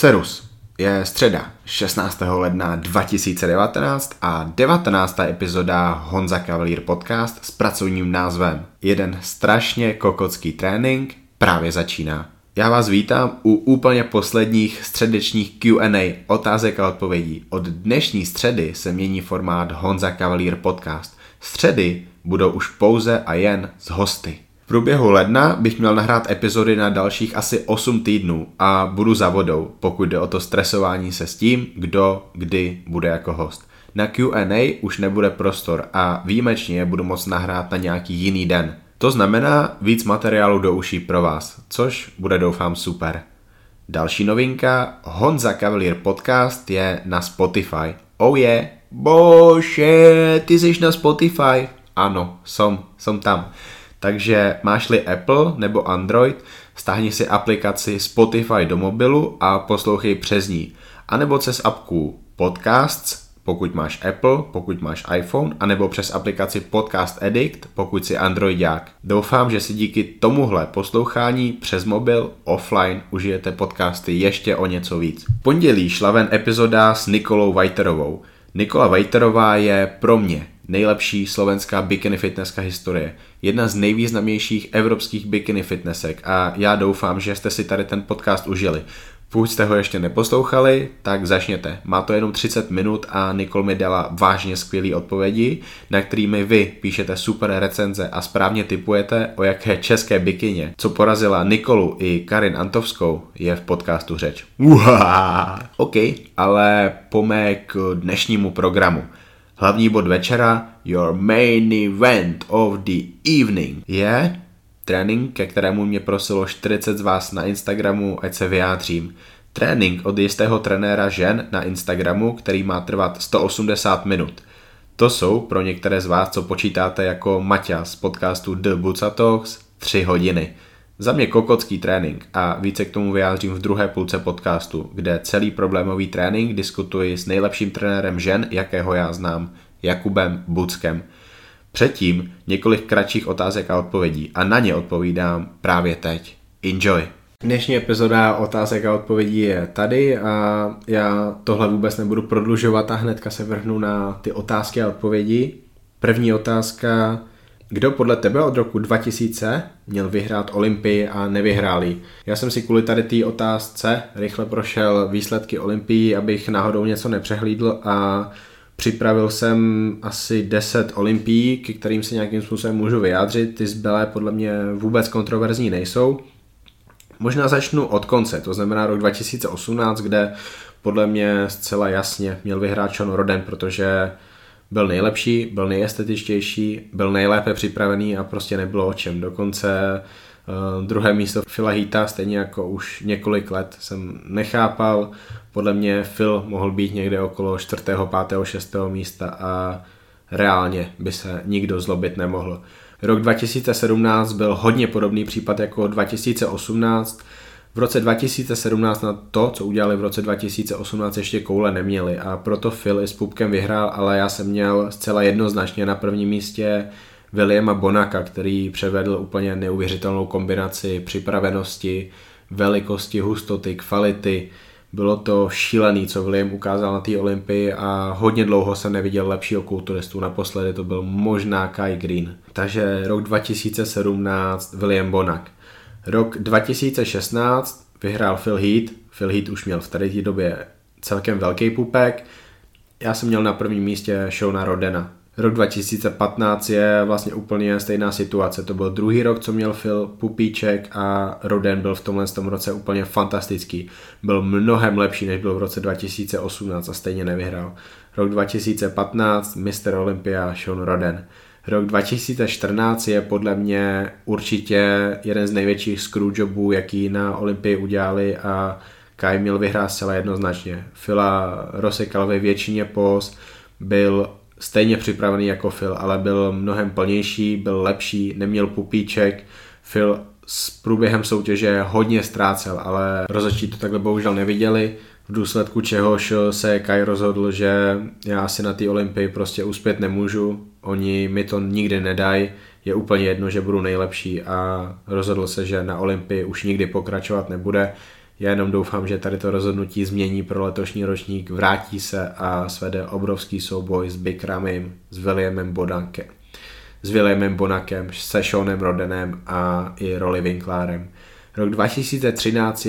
Serus, je středa 16. ledna 2019 a 19. epizoda Honza Cavalier podcast s pracovním názvem Jeden strašně kokocký trénink právě začíná. Já vás vítám u úplně posledních středečních Q&A otázek a odpovědí. Od dnešní středy se mění formát Honza Cavalier podcast. Středy budou už pouze a jen s hosty. V průběhu ledna bych měl nahrát epizody na dalších asi 8 týdnů a budu za vodou, pokud jde o to stresování se s tím, kdo kdy bude jako host. Na Q&A už nebude prostor a výjimečně je budu moct nahrát na nějaký jiný den. To znamená víc materiálu do uší pro vás, což bude doufám super. Další novinka, Honza Cavalier podcast je na Spotify. Oh yeah, bože, ty jsi na Spotify? Ano, jsem tam. Takže máš-li Apple nebo Android, stáhni si aplikaci Spotify do mobilu a poslouchej přes ní. A nebo přes apku Podcasts, pokud máš Apple, pokud máš iPhone, anebo přes aplikaci Podcast Addict, pokud si Androidák. Doufám, že si díky tomuhle poslouchání přes mobil offline užijete podcasty ještě o něco víc. V pondělí šla ven epizoda s Nikolou Vajterovou. Nikola Vajterová je pro mě nejlepší slovenská bikini fitnesska historie. Jedna z nejvýznamnějších evropských bikini fitnessek a já doufám, že jste si tady ten podcast užili. Pokud jste ho ještě neposlouchali, tak začněte. Má to jenom 30 minut a Nikol mi dala vážně skvělé odpovědi, na kterými vy píšete super recenze a správně tipujete, o jaké české bikině, co porazila Nikolu i Karin Antovskou, je v podcastu řeč. OK, ale pojďme k dnešnímu programu. Hlavní bod večera, your main event of the evening, je trénink, ke kterému mě prosilo 40 z vás na Instagramu, ať se vyjádřím. Trénink od jistého trenéra žen na Instagramu, který má trvat 180 minut. To jsou pro některé z vás, co počítáte jako Maťa z podcastu The Buca Talks, 3 hodiny. Za mě kokocký trénink a více k tomu vyjádřím v druhé půlce podcastu, kde celý problémový trénink diskutuji s nejlepším trenérem žen, jakého já znám, Jakubem Buckem. Předtím několik kratších otázek a odpovědí a na ně odpovídám právě teď. Enjoy! Dnešní epizoda otázek a odpovědí je tady a já tohle vůbec nebudu prodlužovat a hnedka se vrhnu na ty otázky a odpovědi. První otázka, kdo podle tebe od roku 2000 měl vyhrát Olympii a nevyhrál ji? Já jsem si kvůli tady té otázce rychle prošel výsledky Olympii, abych náhodou něco nepřehlídl a připravil jsem asi 10 olympií, k kterým se nějakým způsobem můžu vyjádřit. Ty zbylé podle mě vůbec kontroverzní nejsou. Možná začnu od konce, to znamená rok 2018, kde podle mě zcela jasně měl vyhrát Sean Roden, protože byl nejlepší, byl nejestetičtější, byl nejlépe připravený a prostě nebylo o čem. Dokonce druhé místo Phila Heatha, stejně jako už několik let jsem nechápal. Podle mě Phil mohl být někde okolo 4., 5., 6. místa a reálně by se nikdo zlobit nemohl. Rok 2017 byl hodně podobný případ jako 2018. V roce 2017 na to, co udělali v roce 2018, ještě koule neměli a proto Phil i s Pupkem vyhrál, ale já jsem měl zcela jednoznačně na prvním místě Williama Bonacca, který převedl úplně neuvěřitelnou kombinaci připravenosti, velikosti, hustoty, kvality. Bylo to šílený, co William ukázal na té Olympii a hodně dlouho jsem neviděl lepšího kulturistu. Naposledy to byl možná Kai Green. Takže rok 2017 William Bonac. Rok 2016 vyhrál Phil Heath. Phil Heath už měl v té době celkem velký pupek. Já jsem měl na prvním místě Seana Rodena. Rok 2015 je vlastně úplně stejná situace. To byl druhý rok, co měl Phil pupíček a Roden byl v tomhle roce úplně fantastický. Byl mnohem lepší, než byl v roce 2018 a stejně nevyhrál. Rok 2015 Mr. Olympia Sean Roden. Rok 2014 je podle mě určitě jeden z největších screwjobů, jaký na Olympii udělali a Kai měl vyhrát zcela jednoznačně. Phila rozsekal ve většině póz, byl stejně připravený jako Phil, ale byl mnohem plnější, byl lepší, neměl pupíček. Phil s průběhem soutěže hodně ztrácel, ale rozhodčí to takhle bohužel neviděli, v důsledku čehož se Kai rozhodl, že já si na té Olympii prostě uspět nemůžu, oni mi to nikdy nedají, je úplně jedno, že budu nejlepší a rozhodl se, že na Olympii už nikdy pokračovat nebude. Já jenom doufám, že tady to rozhodnutí změní pro letošní ročník, vrátí se a svede obrovský souboj s Big Ramim, s Williamem Bonakem, se Seanem Rodenem a i Rolly Winklerem. Rok 2013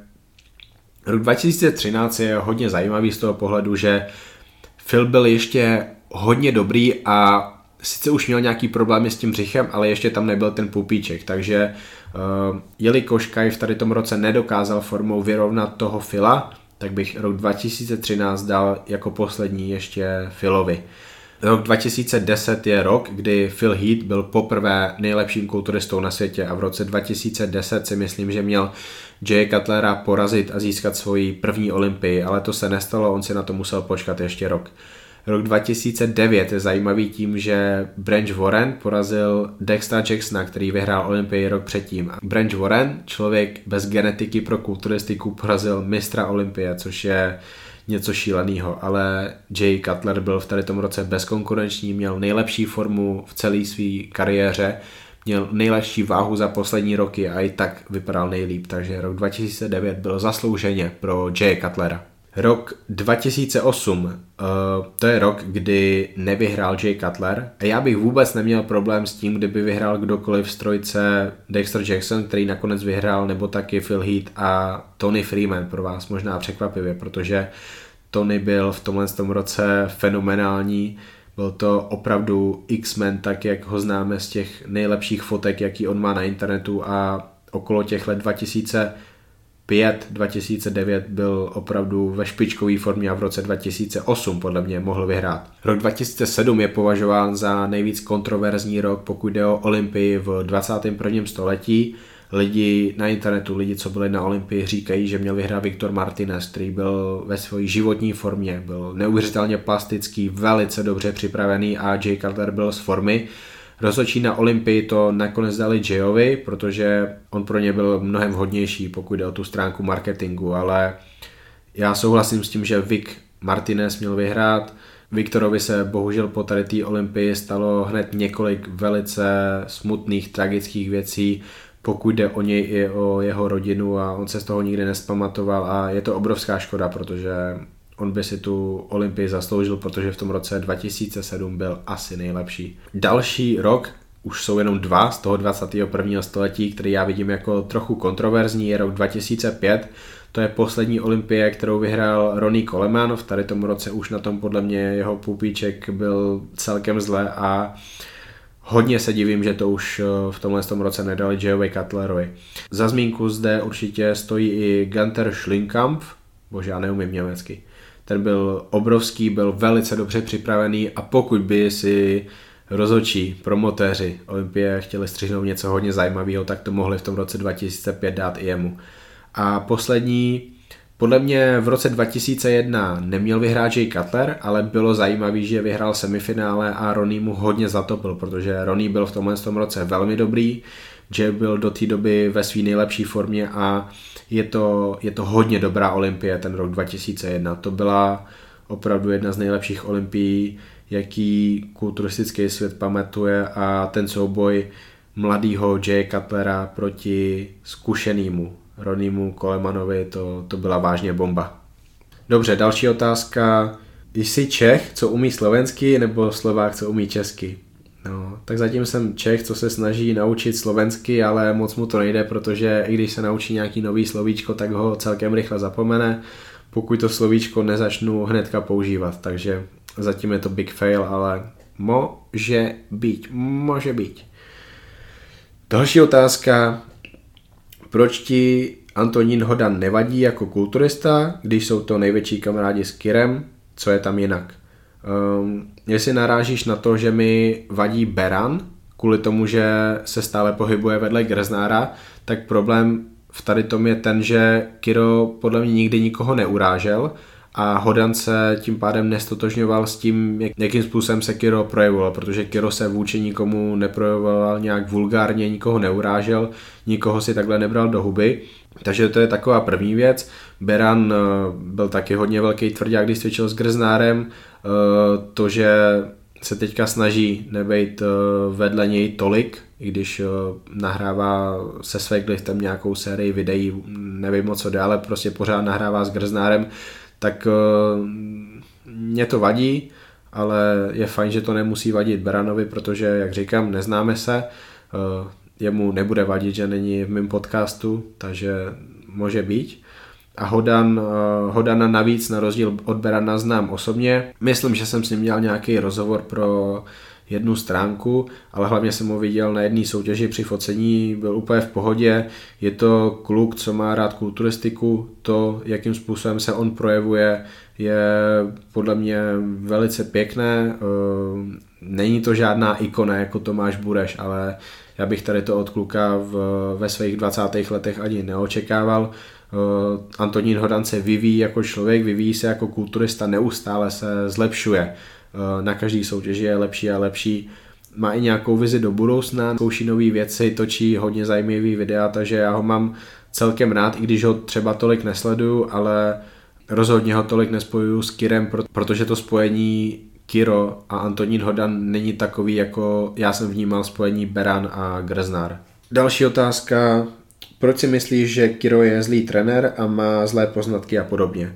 je hodně zajímavý z toho pohledu, že Phil byl ještě hodně dobrý a sice už měl nějaký problémy s tím břichem, ale ještě tam nebyl ten pupíček, takže jelikož Kai v tady tom roce nedokázal formou vyrovnat toho Phila, tak bych rok 2013 dal jako poslední ještě Philovi. Rok 2010 je rok, kdy Phil Heath byl poprvé nejlepším kulturistou na světě a v roce 2010 si myslím, že měl Jay Cutlera porazit a získat svoji první olympii, ale to se nestalo, on si na to musel počkat ještě rok. Rok 2009 je zajímavý tím, že Branch Warren porazil Dextera Jacksona, který vyhrál olympii rok předtím. Branch Warren, člověk bez genetiky pro kulturistiku, porazil mistra olympie, což je něco šíleného, ale Jay Cutler byl v tady tom roce bezkonkurenční, měl nejlepší formu v celé své kariéře, měl nejlepší váhu za poslední roky a i tak vypadal nejlíp, takže rok 2009 byl zaslouženě pro Jay Cutlera. Rok 2008, to je rok, kdy nevyhrál Jay Cutler a já bych vůbec neměl problém s tím, kdyby vyhrál kdokoliv z trojce Dexter Jackson, který nakonec vyhrál, nebo taky Phil Heath a Tony Freeman, pro vás možná překvapivě, protože Tony byl v tomhle roce fenomenální, byl to opravdu X-Men, tak jak ho známe z těch nejlepších fotek, jaký on má na internetu a okolo těch let 2005-2009 byl opravdu ve špičkové formě a v roce 2008 podle mě mohl vyhrát. Rok 2007 je považován za nejvíc kontroverzní rok, pokud jde o Olympii v 21. století. Lidi na internetu, lidi, co byli na Olympii, říkají, že měl vyhrát Victor Martinez, který byl ve své životní formě, byl neuvěřitelně plastický, velice dobře připravený a Jay Cutler byl z formy. Rozhodčí na Olympii to nakonec dali Jayovi, protože on pro ně byl mnohem vhodnější, pokud jde o tu stránku marketingu, ale já souhlasím s tím, že Vic Martinez měl vyhrát. Viktorovi se bohužel po tady té Olympii stalo hned několik velice smutných, tragických věcí, pokud jde o něj i o jeho rodinu a on se z toho nikdy nespamatoval a je to obrovská škoda, protože on by si tu Olympii zasloužil, protože v tom roce 2007 byl asi nejlepší. Další rok, už jsou jenom dva z toho 21. století, který já vidím jako trochu kontroverzní, je rok 2005. To je poslední olympie, kterou vyhrál Ronnie Coleman. V tady tom roce už na tom podle mě jeho pupíček byl celkem zle a hodně se divím, že to už v tomhle roce nedali Jayovi Cutlerovi. Za zmínku zde určitě stojí i Gunther Schlinkampf, bože, já neumím německy. Ten byl obrovský, byl velice dobře připravený a pokud by si rozhodčí, promotéři Olympie chtěli střihnout něco hodně zajímavého, tak to mohli v tom roce 2005 dát i jemu. A poslední, podle mě v roce 2001 neměl vyhrát Jay Cutler, ale bylo zajímavý, že vyhrál semifinále a Ronnie mu hodně zatopil, protože Ronnie byl v tomhle roce velmi dobrý, Jay byl do té doby ve své nejlepší formě a je to hodně dobrá olympie ten rok 2001. To byla opravdu jedna z nejlepších olympií, jaký kulturistický svět pamatuje a ten souboj mladýho Jay Cutlera proti zkušenému Ronniemu Colemanovi, to byla vážně bomba. Dobře, další otázka. Jsi Čech, co umí slovensky, nebo Slovák, co umí česky? No, tak zatím jsem Čech, co se snaží naučit slovensky, ale moc mu to nejde, protože i když se naučí nějaký nový slovíčko, tak ho celkem rychle zapomene, pokud to slovíčko nezačnu hnedka používat, takže zatím je to big fail, ale může být. Další otázka. Proč ti Antonín Hodan nevadí jako kulturista, když jsou to největší kamarádi s Kirem? Co je tam jinak? Jestli narážíš na to, že mi vadí Beran, kvůli tomu, že se stále pohybuje vedle Grznára, tak problém v tady tom je ten, že Kiro podle mě nikdy nikoho neurážel a Hodan se tím pádem nestotožňoval s tím, jakým způsobem se Kiro projevoval, protože Kiro se vůči nikomu neprojevoval nějak vulgárně, nikoho neurážel, nikoho si takhle nebral do huby. Takže to je taková první věc. Beran byl taky hodně velký tvrdák, když cvičil s Grznárem. To, že se teďka snaží nebejt vedle něj tolik, i když nahrává se Svegliftem nějakou sérii videí, nevím moc co dále, prostě pořád nahrává s Grznárem, tak mě to vadí, ale je fajn, že to nemusí vadit Beranovi, protože, jak říkám, neznáme se, jemu nebude vadit, že není v mém podcastu, takže může být. A Hodana navíc na rozdíl od Berana znám osobně. Myslím, že jsem s ním dělal nějaký rozhovor pro jednu stránku, ale hlavně jsem ho viděl na jedné soutěži při focení, byl úplně v pohodě. Je to kluk, co má rád kulturistiku, to, jakým způsobem se on projevuje, je podle mě velice pěkné. Není to žádná ikona jako Tomáš Bureš, ale já bych tady to od kluka ve svých 20. letech ani neočekával. Antonín Hodan se vyvíjí jako člověk, vyvíjí se jako kulturista, neustále se zlepšuje. Na každý soutěži je lepší a lepší. Má i nějakou vizi do budoucna, zkouší nové věci, točí hodně zajímavý videa, takže já ho mám celkem rád, i když ho třeba tolik nesleduju, ale rozhodně ho tolik nespojuju s Kirem, protože to spojení Kiro a Antonín Hodan není takový, jako já jsem vnímal spojení Beran a Grznár. Další otázka. Proč si myslíš, že Kiro je zlý trenér a má zlé poznatky a podobně?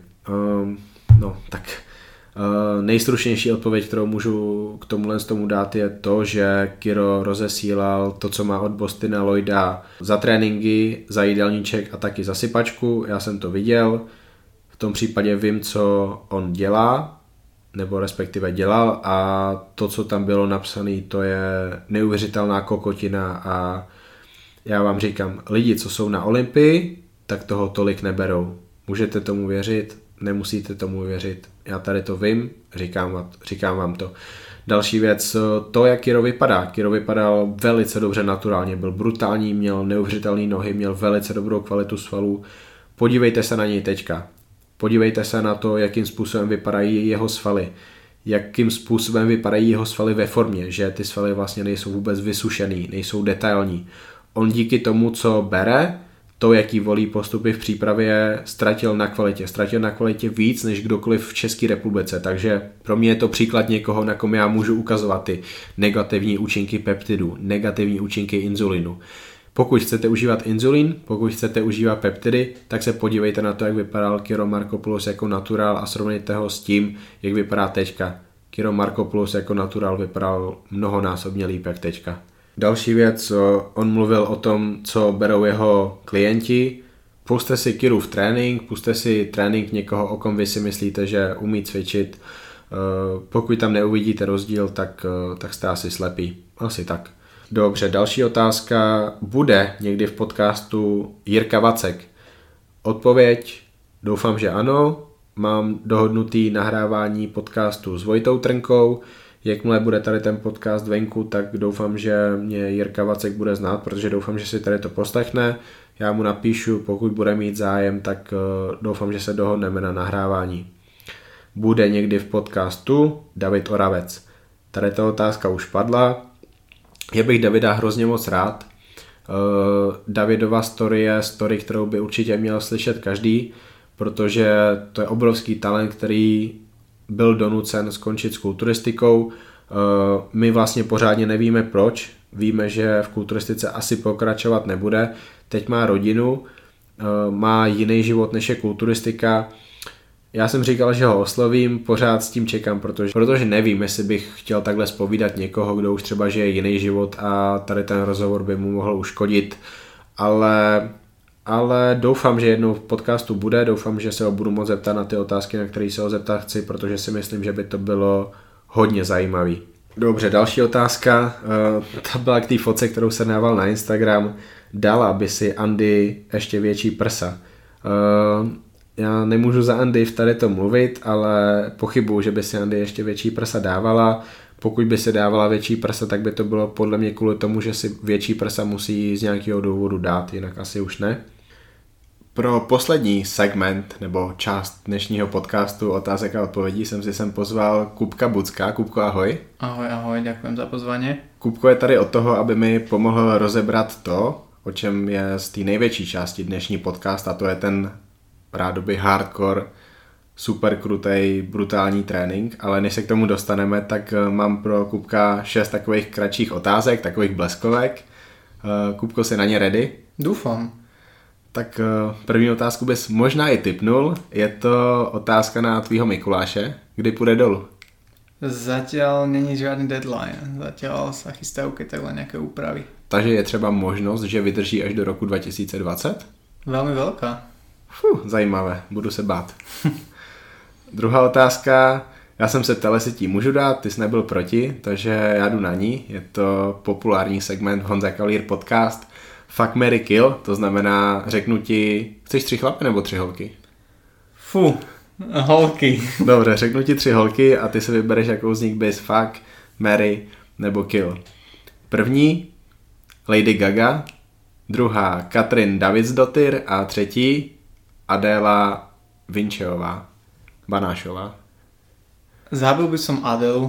Nejstručnější odpověď, kterou můžu k tomu dát, je to, že Kiro rozesílal to, co má od Bostona Lloyda za tréninky, za jídelníček a taky za sypačku. Já jsem to viděl. V tom případě vím, co on dělá, nebo respektive dělal, a to, co tam bylo napsané, to je neuvěřitelná kokotina a já vám říkám, lidi, co jsou na Olympii, tak toho tolik neberou. Můžete tomu věřit, nemusíte tomu věřit. Já tady to vím, říkám vám to. Další věc, to, jak Kiro vypadá. Kiro vypadal velice dobře naturálně, byl brutální, měl neuvěřitelné nohy, měl velice dobrou kvalitu svalů. Podívejte se na něj teďka. Podívejte se na to, jakým způsobem vypadají jeho svaly. Jakým způsobem vypadají jeho svaly ve formě, že ty svaly vlastně nejsou vůbec vysušený, nejsou detailní. On díky tomu, co bere, to, jaký volí postupy v přípravě, ztratil na kvalitě víc než kdokoliv v České republice, takže pro mě je to příklad někoho, na kom já můžu ukazovat ty negativní účinky peptidů, negativní účinky inzulinu. Pokud chcete užívat inzulin, pokud chcete užívat peptidy, tak se podívejte na to, jak vypadal Kiro Markopoulos jako naturál a srovnejte ho s tím, jak vypadá teďka. Kiro Markopoulos jako naturál vypadal mnohonásobně líp jak teďka. Další věc, on mluvil o tom, co berou jeho klienti. Puste si Kirův trénink, puste si trénink někoho, o kom vy si myslíte, že umí cvičit. Pokud tam neuvidíte rozdíl, tak jste asi slepí. Asi tak. Dobře, další otázka. Bude někdy v podcastu Jirka Vacek? Odpověď, doufám, že ano. Mám dohodnutý nahrávání podcastu s Vojtou Trnkou. Jakmile bude tady ten podcast venku, tak doufám, že mě Jirka Vacek bude znát, protože doufám, že si tady to poslechne. Já mu napíšu, pokud bude mít zájem, tak doufám, že se dohodneme na nahrávání. Bude někdy v podcastu David Oravec. Tady ta otázka už padla. Já bych Davida hrozně moc rád. Davidova story je story, kterou by určitě měl slyšet každý, protože to je obrovský talent, který byl donucen skončit s kulturistikou. My vlastně pořádně nevíme proč. Víme, že v kulturistice asi pokračovat nebude. Teď má rodinu, má jiný život než je kulturistika. Já jsem říkal, že ho oslovím, pořád s tím čekám, protože nevím, jestli bych chtěl takhle zpovídat někoho, kdo už třeba žije jiný život a tady ten rozhovor by mu mohl uškodit. Ale doufám, že jednou v podcastu bude, doufám, že se ho budu moct zeptat na ty otázky, na které se ho zeptat chci, protože si myslím, že by to bylo hodně zajímavý. Dobře, další otázka, ta byla k té fotce, kterou jsem dával na Instagram. Dala by si Andy ještě větší prsa? Já nemůžu za Andy v tady to mluvit, ale pochybuju, že by si Andy ještě větší prsa dávala. Pokud by si dávala větší prsa, tak by to bylo podle mě kvůli tomu, že si větší prsa musí z nějakého důvodu dát, jinak asi už ne. Pro poslední segment nebo část dnešního podcastu otázek a odpovědí jsem si sem pozval Kupka Bucka. Kupko, ahoj. Ahoj, ďakujem za pozvanie. Kupko je tady od toho, aby mi pomohl rozebrat to, o čem je z té největší části dnešní podcast, a to je ten rádoby hardcore, super krutej, brutální trénink, ale než se k tomu dostaneme, tak mám pro Kupka 6 takových kratších otázek, takových bleskovek. Kupko, si na ně ready? Dúfam. Tak první otázku bys možná i tipnul. Je to otázka na tvýho Mikuláše. Kdy půjde dolů? Zatiaľ není žiadny deadline. Zatiaľ sa chystajú keď tak len nejaké úpravy. Takže je třeba možnost, že vydrží až do roku 2020? Veľmi veľká. Zajímavé, budu se bát. Druhá otázka. Já jsem se ptal, jestli ti můžu dát, ty jsi nebyl proti, takže já jdu na ní. Je to populární segment Honza Cavalier podcast Fuck, Marry, Kill, to znamená, řeknu ti, chceš 3 chlapy nebo 3 holky? Holky. Dobře, řeknu ti 3 holky a ty si vybereš, jakou z nich bys fuck, marry nebo kill. První Lady Gaga, druhá Katrin Davidsdottir a třetí Adéla Vinčeová, Banášová. Zabil by som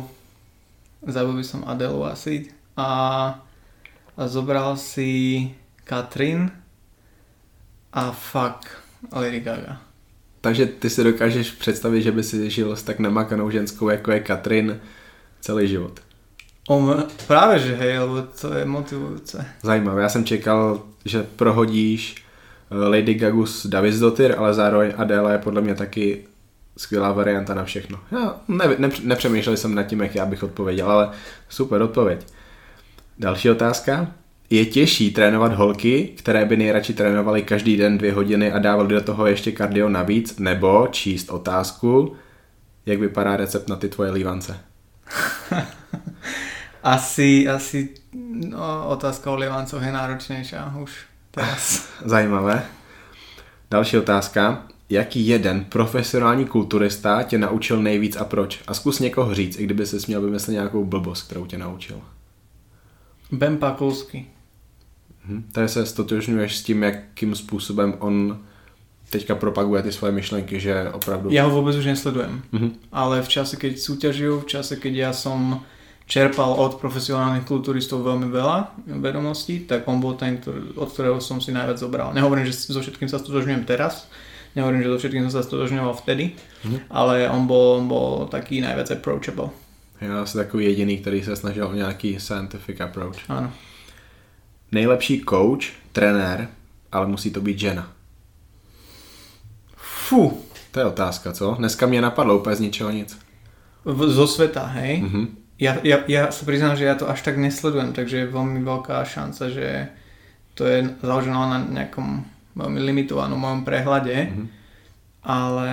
Adelu asi a zobral si Katrin a fuck Lady Gaga. Takže ty si dokážeš představit, že by si žil s tak namakanou ženskou, jako je Katrin, celý život. Práve že hej, lebo to je motivujúce. Zajímavé, já jsem čekal, že prohodíš Lady Gagu s Davidsdottir, ale zároveň Adéla je podle mě taky skvělá varianta na všechno. Já nepřemýšlel jsem nad tím, jak já bych odpověděl, ale super odpověď. Další otázka. Je těžší trénovat holky, které by nejradši trénovaly každý den 2 hodiny a dávali do toho ještě kardio navíc, nebo číst otázku, jak vypadá recept na ty tvoje lívance? Asi otázka o lívancoch je náročnejšia už teraz. Zajímavé. Další otázka. Jaký jeden profesionální kulturista tě naučil nejvíc a proč? A zkus někoho říct, i kdyby ses měl vymyslet nějakou blbost, kterou tě naučil. Ben Pakulski. Tady se stotožňuješ s tím, jakým způsobem on teďka propaguje ty svoje myšlenky, že opravdu... Ja ho vôbec už nesledujem, ale v čase, keď súťažil, v čase, keď ja som čerpal od profesionálnych kulturistov veľmi veľa vedomostí, tak on bol ten, od ktorého som si najviac zobral. Nehovorím, že so všetkým sa stotožňujem teraz, nehovorím, že so všetkým som sa stotožňoval vtedy, ale on bol taký najviac approachable. Je asi takový jediný, který se snažil o nějaký scientific approach. Áno. Nejlepší coach, trenér, ale musí to být žena. To je otázka, co? Dneska mě napadlo úplně z ničeho nic. Zo sveta, hej? Ja sa priznám, že ja to až tak nesledujem, takže je veľmi veľká šanca, že to je založené na nejakom veľmi limitovanom mojom prehľade, ale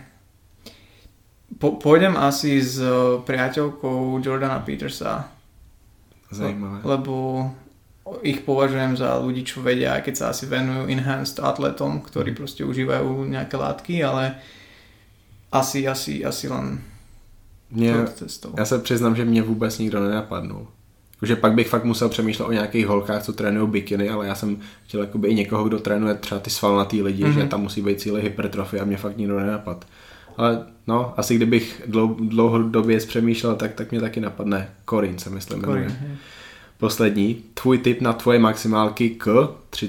pôjdem asi s priateľkou Jordana Petersa. Zajímavé. Lebo ich považujem za ľudí, čo vedia, aj keď sa asi venujú enhanced atletom, ktorí proste užívajú nejaké látky, ale asi len já se přiznám, že mě vůbec nikdo nenapadnul. Takže pak bych fakt musel přemýšlet o nějakých holkách, co trénují bikiny, ale já jsem chtěl jakoby i někoho, kdo trénuje třeba ty svalnatý lidi, že tam musí být cíle hypertrofie a mě fakt nikdo nenapad. Ale no, asi kdybych dlouhodobě přemýšlel, tak mě taky napadne Corinne, se myslím. Poslední, tvůj tip na tvoje maximálky k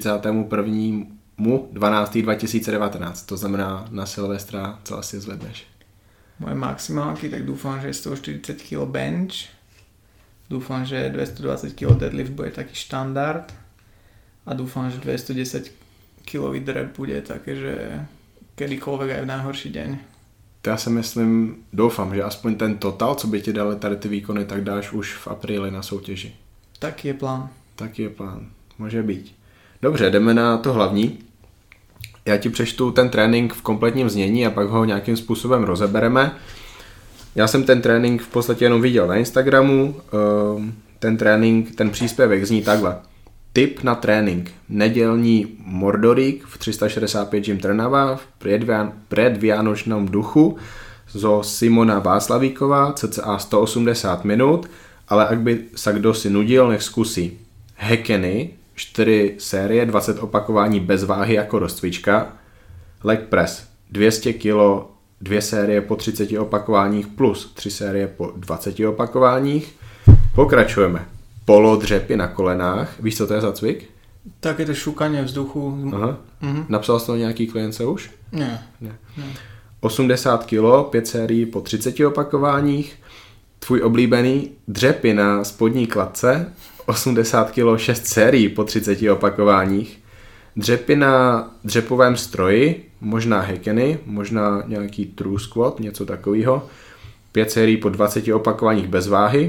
31.12.2019, to znamená na Silvestra, co asi zvedneš. Moje maximálky, tak dúfam, že 140 kg bench, dúfam, že 220 kg deadlift bude taký štandard a dúfam, že 210 kg drep bude také, že kedykoľvek aj v najhorší deň. Já si myslím, doufám, že aspoň ten total, co by ti dali tady ty výkony, tak dáš už v apríli na soutěži. Taký je plán. Taký je plán, může být. Dobře, jdeme na to hlavní. Já ti přečtu ten trénink v kompletním znění a pak ho nějakým způsobem rozebereme. Já jsem ten trénink v podstatě jenom viděl na Instagramu. Ten příspěvek zní takhle. Tip na trénink. Nedělní Mordorík v 365 Gym Trnava v predvianočnom duchu zo Simona Václavíková, cca 180 minut, ale ak by sa kdo si nudil, nech zkusí Hekeny, 4 série, 20 opakování bez váhy jako rozcvička, leg press, 200 kg, 2 série po 30 opakováních plus 3 série po 20 opakováních. Pokračujeme. Polodřepy na kolenách. Víš, co to je za cvik? Takéto šukanie vzduchu. Aha. Napsal jsi to nějaký klientce už? Ne. 80 kg, 5 sérií po 30 opakováních. tvůj oblíbený dřepy na spodní kladce, 80 kg 6 sérií po 30 opakováních, dřepy na dřepovém stroji, možná hekeny, možná nějaký true squat, něco takového, 5 sérií po 20 opakováních bez váhy,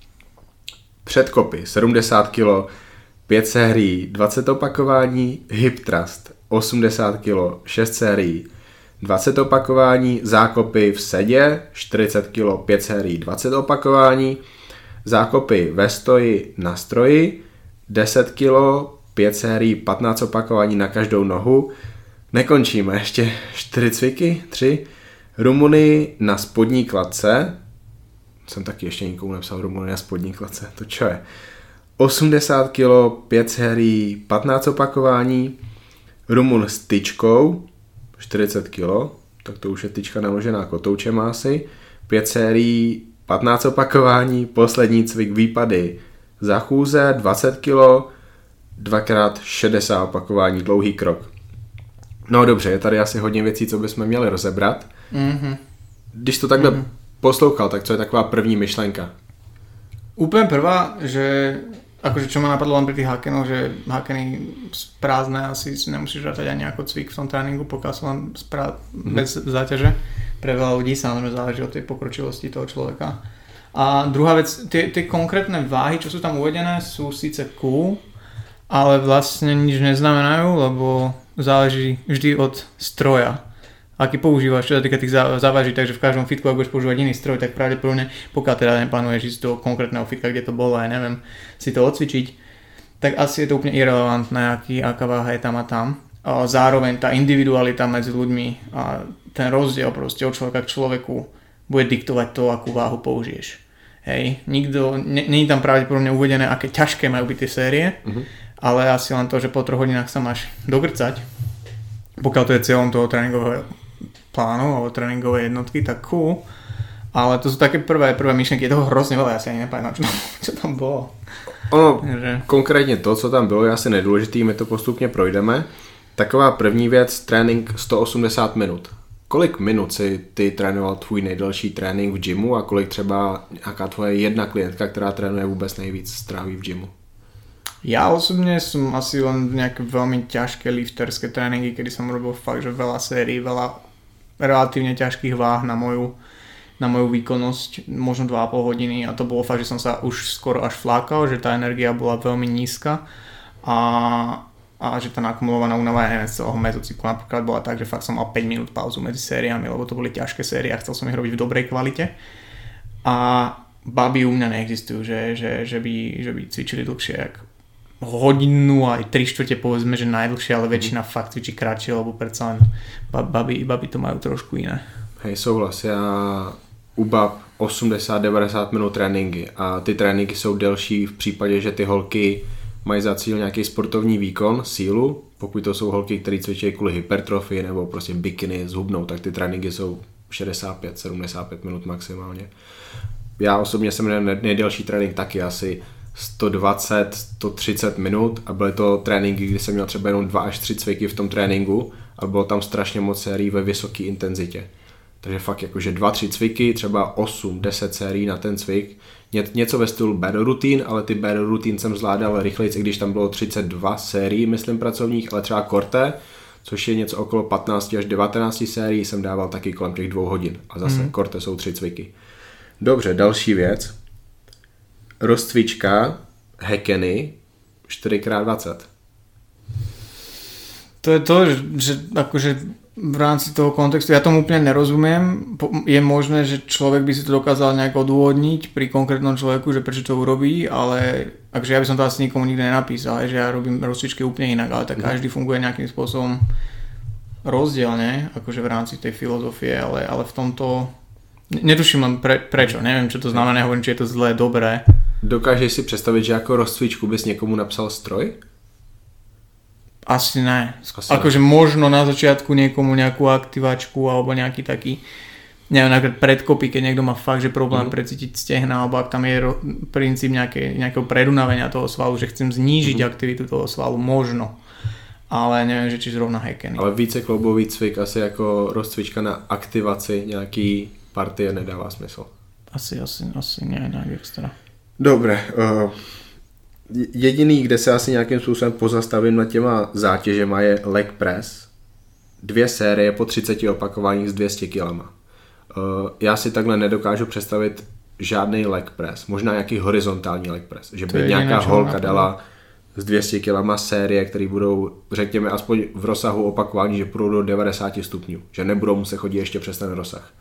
předkopy 70 kg, 5 sérií, 20 opakování, hip thrust 80 kg, 6 sérií, 20 opakování, zákopy v sedě 40 kg, 5 sérií, 20 opakování, zákopy ve stoji na stroji 10 kg, 5 sérií, 15 opakování na každou nohu. Nekončíme, ještě 4 cviky, 3. Rumuny na spodní kladce. Jsem taky ještě nikomu nepsal rumuny na spodní kladce, to čo je? 80 kg, 5 sérií, 15 opakování. Rumun s tyčkou 40 kg, tak to už je tyčka naložená kotoučem asi. 5 sérií, 15 opakování, poslední cvik výpady za chůze, 20 kg, 2x60 opakování, dlouhý krok. No dobře, je tady asi hodně věcí, co bychom měli rozebrat. Když to takhle poslouchal, tak co je taková první myšlenka? Úplne prvá, že akože čo ma napadlo len pri tých hakenoch, že hakeny prázdne asi nemusíš rátať ani ako cvik v tom tréningu, pokiaľ sú len bez záťaže. Pre veľa ľudí samozrejme záleží od tej pokročilosti toho človeka. A druhá vec, tie konkrétne váhy, čo sú tam uvedené, sú síce cool, ale vlastne nič neznamenajú, lebo záleží vždy od stroja, aký používaš, čo sa týka tých závaží, takže v každom fitku, ak budeš používať iný stroj, tak pravdepodobne, pokiaľ teda neplánuješ ísť do konkrétneho fitka, kde to bolo, aj neviem, si to odcvičiť, tak asi je to úplne irelevantné, aká váha je tam a tam. A zároveň tá individualita medzi ľuďmi a ten rozdiel proste od človeka k človeku bude diktovať to, akú váhu použiješ. Hej, nie je tam pravdepodobne uvedené, aké ťažké majú byť tie série, ale asi len to, že po 3 hodinách sa máš dogrcať, pokiaľ to je cieľom toho tréningového plánu alebo tréningovej jednotky, tak cool. Ale to sú také prvé myšlenky, je toho hrozne veľa, ja si ani nepamätám, čo tam bolo. Konkrétně to, co tam bylo, je asi nedůležitý, my to postupně projdeme. Taková první věc, trénink 180 minut. Kolik minut si ty trénoval tvůj nejdelší trénink v gymu a kolik třeba nějaká tvoje jedna klientka, která trénuje vůbec nejvíc, stráví v gymu? Ja osobne som asi len nejaké veľmi ťažké lifterské tréningy, kedy som robil fakt, že veľa sérií, veľa relatívne ťažkých váh na moju výkonnosť, možno 2,5 hodiny a to bolo fakt, že som sa už skoro až flákal, že tá energia bola veľmi nízka a že tá nakumulovaná únava, ja neviem, z celého mezocyklu napríklad bola tak, že fakt som mal 5 minút pauzu medzi sériami, lebo to boli ťažké série a chcel som ich robiť v dobrej kvalite. A baby u mňa neexistujú, že by cvičili dlhšie, jak hodinu aj 3/4 povedzme, že najdlhšie, ale väčšina fakt cvičí kratšie, lebo predsa len baby to majú trošku iné. Hej, souhlas, já u bab 80-90 minut tréninky a ty tréninky jsou delší v případě, že ty holky mají za cíl nějaký sportovní výkon, sílu, pokud to jsou holky, které cvičí kvůli hypertrofii nebo prostě bikiny zhubnou, tak ty tréninky jsou 65-75 minut maximálně. Já osobně jsem měl nejdelší trénink taky asi 120-130 minut a byly to tréninky, kdy jsem měl třeba jenom 2 až 3 cviky v tom tréninku a bylo tam strašně moc sérií ve vysoké intenzitě. Takže fakt jakože 2-3 cviky, třeba 8-10 sérií na ten cvik. Něco ve stylu battle routine, ale ty battle routine jsem zvládal rychleji, když tam bylo 32 sérií, myslím pracovních, ale třeba korte, což je něco okolo 15 až 19 sérií, jsem dával taky kolem těch 2 hodin. A zase korte jsou 3 cviky. Dobře, další věc. Rozcvička, hekeny, 4x20. To je to, že akože v rámci toho kontextu, ja tomu úplne nerozumiem, je možné, že človek by si to dokázal nejak odôvodniť pri konkrétnom človeku, že prečo to urobí, ale akže ja by som to asi nikomu nikdy nenapísal, že ja robím rozcvičky úplne inak, ale tak každý funguje nejakým spôsobom rozdielne, akože v rámci tej filozofie, ale v tomto netuším len prečo, neviem čo to znamená, hovorím, či je to zlé, dobré. Dokážeš si představit, že jako rozcvičku bys někomu napsal stroj? Asi ne. Akože možno na začiatku niekomu nejakú aktivačku alebo nejaký taký, neviem, napríklad predkopy, keď niekto má fakt, že problém precítiť stehna, alebo ak tam je princíp nejakého predunavenia toho svalu, že chcem znížiť aktivitu toho svalu, možno. Ale neviem, že či zrovna hekeny. Ale více kloubový cvik asi jako rozcvička na aktivaci nějaký partie nedává smysl. asi nějak extra. Dobre, jediný, kde se asi nějakým způsobem pozastavím nad těma zátěžema je leg press. 2 série po 30 opakováních s 200 kg. Já si takhle nedokážu představit žádný leg press, možná nějaký horizontální leg press, že by nějaká holka dala s 200 kg série, které budou, řekněme, aspoň v rozsahu opakování, že půjdou do 90 stupňů, že nebudou muset chodit ještě přes ten rozsah.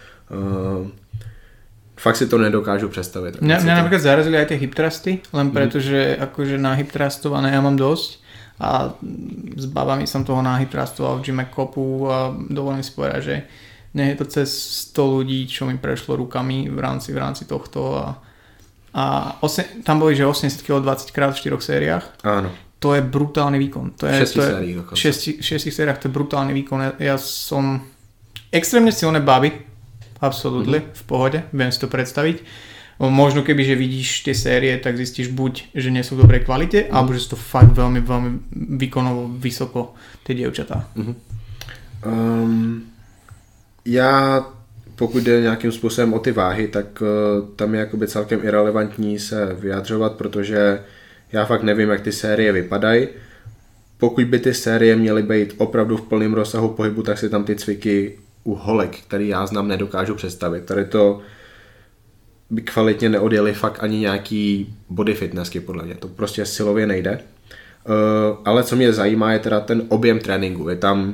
Fakt si to nedokážu představit. Mňa napríklad zarazili aj tie hip thrusty, len preto, že akože na hip thrustované ja mám dosť a s babami som toho na hip thrustoval v gyme kopu a dovolím si povedať, že nie je to cez 100 ľudí, čo mi prešlo rukami v rámci tohto a tam boli, že 80 kg 20 krát v 4 sériách. Áno. To je brutálny výkon. V 6 sériách dokonca. V 6 sériách to je brutálny výkon. Ja som extrémne silné baby, absolútne, v pohode, viem si to predstaviť. Možno keby, že vidíš tie série, tak zistíš buď, že nie sú v dobrej kvalite, alebo že sú to fakt veľmi, veľmi výkonovo vysoko tie dievčatá. Já, pokud jde nějakým způsobem o ty váhy, tak tam je jakoby celkem irelevantní se vyjadřovat, protože já fakt nevím, jak ty série vypadají. Pokud by ty série měly být opravdu v plném rozsahu pohybu, tak si tam ty cviky u holek, který já znám, nedokážu představit. Tady to by kvalitně neodjeli fakt ani nějaký body fitnessky, podle mě. To prostě silově nejde. Ale co mě zajímá, je teda ten objem tréninku. Je tam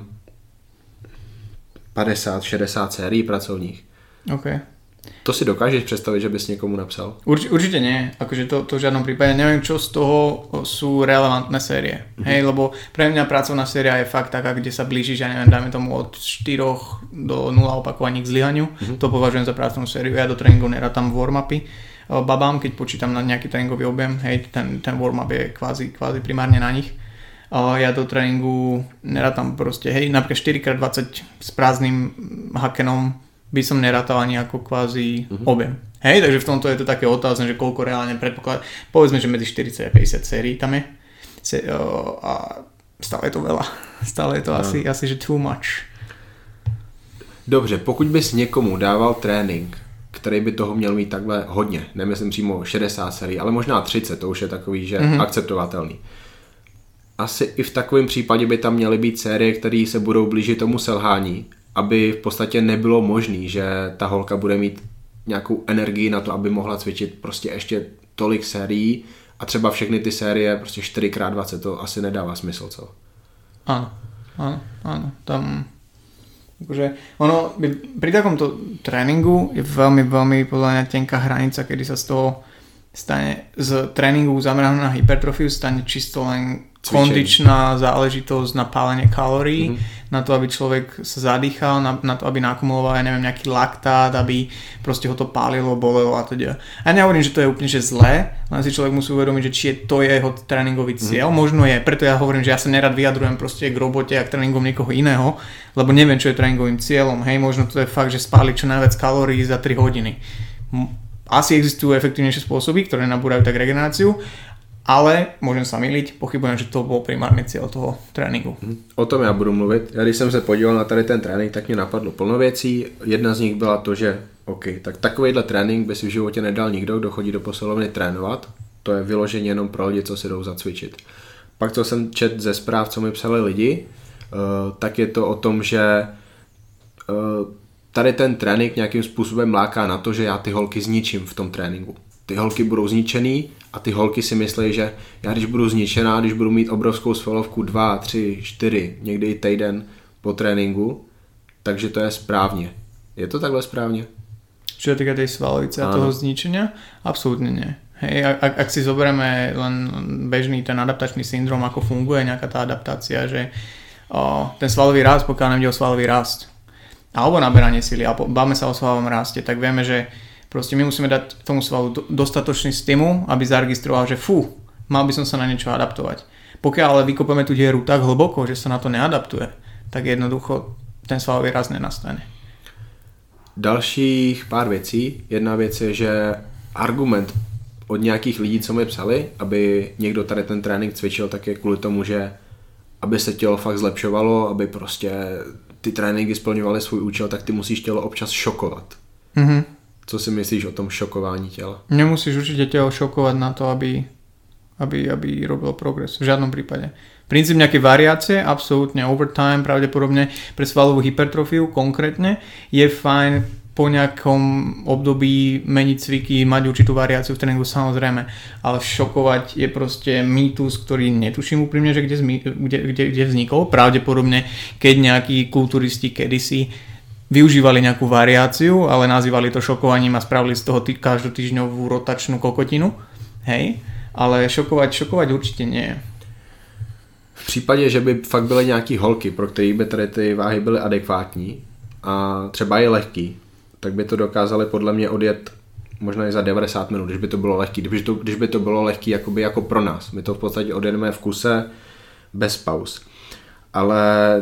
50-60 sérií pracovních. Okay. To si dokážeš představit, že bys někomu napsal? Určite nie, akože to v žiadnom prípade. Neviem, čo z toho sú relevantné série. Hej, lebo pre mňa pracovná séria je fakt taká, kde sa blížiš, ja neviem, dáme tomu od 4 do 0 opakovaní k zlyhaniu. To považujem za pracovnú sériu. Ja do tréningov nerátam warm-upy. Babám, keď počítam na nejaký tréningový objem, hej, ten warm-up je kvázi primárne na nich. Ja do tréningu nerátam proste, hej, napríklad 4x20 s prázdnym hakenom by som nerátal ani ako kvázi objem. Hej, takže v tomto je to také otázne, že koľko reálne predpoklad. Povedzme, že medzi 40 a 50 sérií tam je. A stále je to veľa. Stále je to asi že too much. Dobře, pokud bys někomu dával trénink, který by toho měl mít takhle hodně, nemyslím přímo 60 sérií, ale možná 30, to už je takový, že akceptovatelný. Asi i v takovém případě by tam měly být série, které se budou blížit tomu selhání, aby v podstatě nebylo možný, že ta holka bude mít nějakou energii na to, aby mohla cvičit prostě ještě tolik sérií a třeba všechny ty série prostě 4x20, to asi nedává smysl, co? Áno. Tam akože ono pri takomto tréningu je veľmi, veľmi podľa mňa tenká hranica, kedy sa z toho stane z tréningu zameraného na hypertrofiu stane čisto len kondičná záležitosť na pálenie kalórií, na to, aby človek sa zadýchal, na to, aby nakumuloval, ja neviem, nejaký laktát, aby proste ho to pálilo, bolelo a teda. Ja nehovorím, že to je úplne že zlé, len si človek musí uvedomiť, že či je to jeho tréningový cieľ. Možno je, preto ja hovorím, že ja sa nerad vyjadrujem proste k robote a k tréningom niekoho iného, lebo neviem, čo je tréningovým cieľom. Hej, možno to je fakt, že spáliť čo najviac kalórií za 3 hodiny. Asi existujú efektívnejšie spôsoby, ktoré nabúrajú tak regeneráciu, ale môžem sa myliť, pochybujem, že to bol primárny cieľ toho tréninku. O tom já budu mluvit. Já když jsem se podíval na tady ten trénink, tak mě napadlo plno věcí. Jedna z nich byla to, že OK, tak takovýhle trénink by si v životě nedal nikdo, kdo chodí do posilovny trénovat. To je vyloženě jenom pro lidi, co si jdou zacvičit. Pak, co jsem čet ze zpráv, co mi psali lidi, tak je to o tom, že tady ten trénink nějakým způsobem láká na to, že já ty holky zničím v tom tréninku. Ty holky budou zničený a ty holky si myslí, že já když budu zničená, když budu mít obrovskou svalovku 2, 3, 4, někdy i týden po tréninku, takže to je správně. Je to takhle správně? Čo sa týka tej svalovice a toho zničenia? Absolútne nie. Hej, ak si zoberieme len bežný ten adaptačný syndrom, ako funguje nejaká tá adaptácia, že ten svalový rast, pokiaľ nám ide o svalový rast, alebo naberanie sily, alebo bavme sa o svalovom raste, tak vieme, že proste my musíme dať tomu svalu dostatočný stimul, aby zaregistroval, že mal by som sa na niečo adaptovať. Pokiaľ ale vykopeme tú dieru tak hlboko, že sa na to neadaptuje, tak jednoducho ten svalový rast nenastane. Dalších pár věcí. Jedna věc je, že argument od nějakých lidí, co mi psali, aby někdo tady ten trénink cvičil, tak je kvůli tomu, že aby se tělo fakt zlepšovalo, aby prostě ty tréninky splňovaly svůj účel, tak ty musíš tělo občas šokovat. Co si myslíš o tom šokování těla? Nemusíš určite telo šokovať na to, aby robilo progres. V žiadnom prípade. Princíp nejaké variácie, absolútne overtime, pravdepodobne pre svalovú hypertrofiu konkrétne je fajn po nejakom období meniť cviky, mať určitú variáciu v tréningu, samozrejme, ale šokovať je proste mýtus, ktorý netuším úprimne, že kde vznikol. Pravdepodobne, keď nejakí kulturisti kedysi využívali nejakú variáciu, ale nazývali to šokovaním a spravili z toho každotýždňovú rotačnú kokotinu. Hej? Ale šokovať určite nie je. V případě, že by fakt byly nějaký holky, pro které by tady ty váhy byly adekvátní a třeba je lehký, tak by to dokázali podle mě odjet možná i za 90 minut, když by to bylo lehký. Když by to bylo lehký jako pro nás. My to v podstatě odjedeme v kuse bez pauz. Ale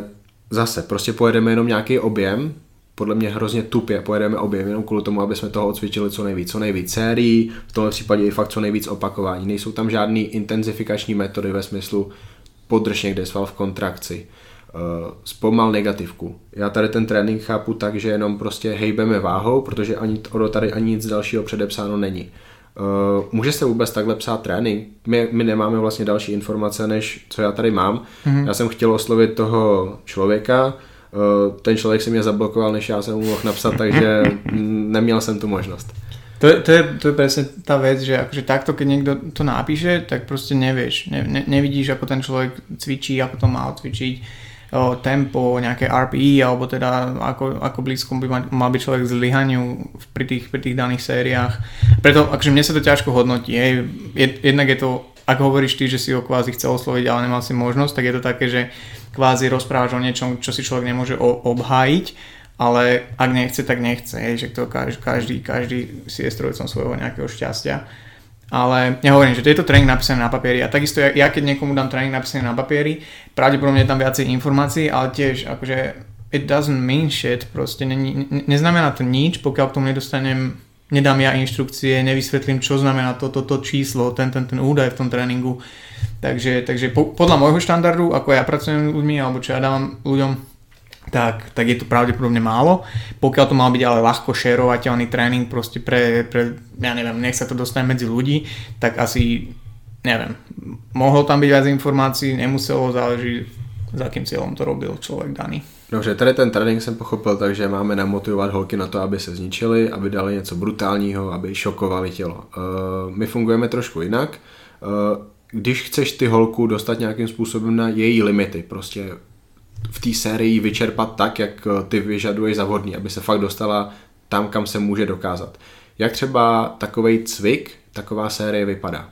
zase, prostě pojedeme jenom nějaký objem, podle mě hrozně tupě pojedeme objem, jenom kvůli tomu, aby jsme toho odcvičili co nejvíc sérií, v tomhle případě i fakt co nejvíc opakování. Nejsou tam žádný intenzifikační metody ve smyslu podrž někde sval v kontrakci, zpomal negativku. Já tady ten trénink chápu tak, že jenom prostě hejbeme váhou, protože tady ani nic dalšího předepsáno není. Může se vůbec takhle psát trénink? My nemáme vlastně další informace, než co já tady mám. Já jsem chtěl oslovit toho člověka, ten člověk si mě zablokoval, než já jsem mu mohl napsat, takže neměl jsem tu možnost. To je presne tá vec, že akože takto, keď niekto to napíše, tak proste nevieš. Nevidíš, ako ten človek cvičí, ako to má cvičiť, tempo, nejaké RPE, alebo teda ako blízko by mal byť človek k zlyhaniu pri tých daných sériách. Preto akože mne sa to ťažko hodnotí. Jednak je to, ak hovoríš ty, že si ho kvázi chcel osloviť, ale nemal si možnosť, tak je to také, že kvázi rozprávaš o niečom, čo si človek nemôže obhájiť. Ale ak nechce, tak nechce, že to každý si je strojcom svojho nejakého šťastia. Ale ja hovorím, že to je to tréning napísané na papieri a takisto ja keď niekomu dám tréning napísaný na papieri, pravdepodobne je tam viacej informácií, ale tiež akože it doesn't mean shit, proste neznamená to nič, pokiaľ k tomu nedám ja inštrukcie, nevysvetlím, čo znamená toto číslo, ten údaj v tom tréningu. Takže podľa môjho štandardu, ako ja pracujem s ľuďmi, alebo čo ja dávam ľuďom, tak je to pravdepodobne málo. Pokiaľ to mal byť ale ľahko šerovateľný tréning proste pre ja neviem, nech sa to dostane medzi ľudí, tak asi, neviem, mohlo tam byť viac informácií, nemuselo, záleží, za akým cieľom to robil človek daný. Dobře, tady ten trénink jsem pochopil, takže máme namotivovat holky na to, aby se zničily, aby dali něco brutálního, aby šokovali tělo. My fungujeme trošku jinak. Když chceš ty holku dostat nějakým způsobem na její limity, prostě v té sérii vyčerpat tak, jak ty vyžaduješ za vhodný, aby se fakt dostala tam, kam se může dokázat. Jak třeba takovej cvik, taková série vypadá?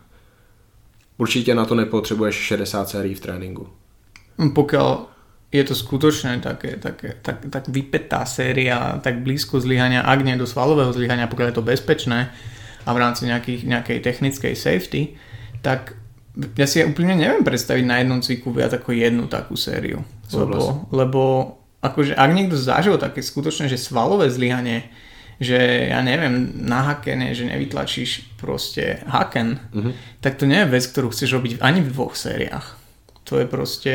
Určitě na to nepotřebuješ 60 sérií v tréninku. Pokiaľ je to skutočne tak vypätá séria, tak blízko zlyhania, ak nie do svalového zlyhania, pokiaľ je to bezpečné a v rámci nejakej technickej safety, tak ja si úplne neviem predstaviť na jednom cviku viac ako jednu takú sériu. Lebo akože ak niekto zažil také skutočne, že svalové zlyhanie, že ja neviem, na hakene, že nevytlačíš proste haken, tak to nie je vec, ktorú chceš robiť ani v 2 sériách. To je proste...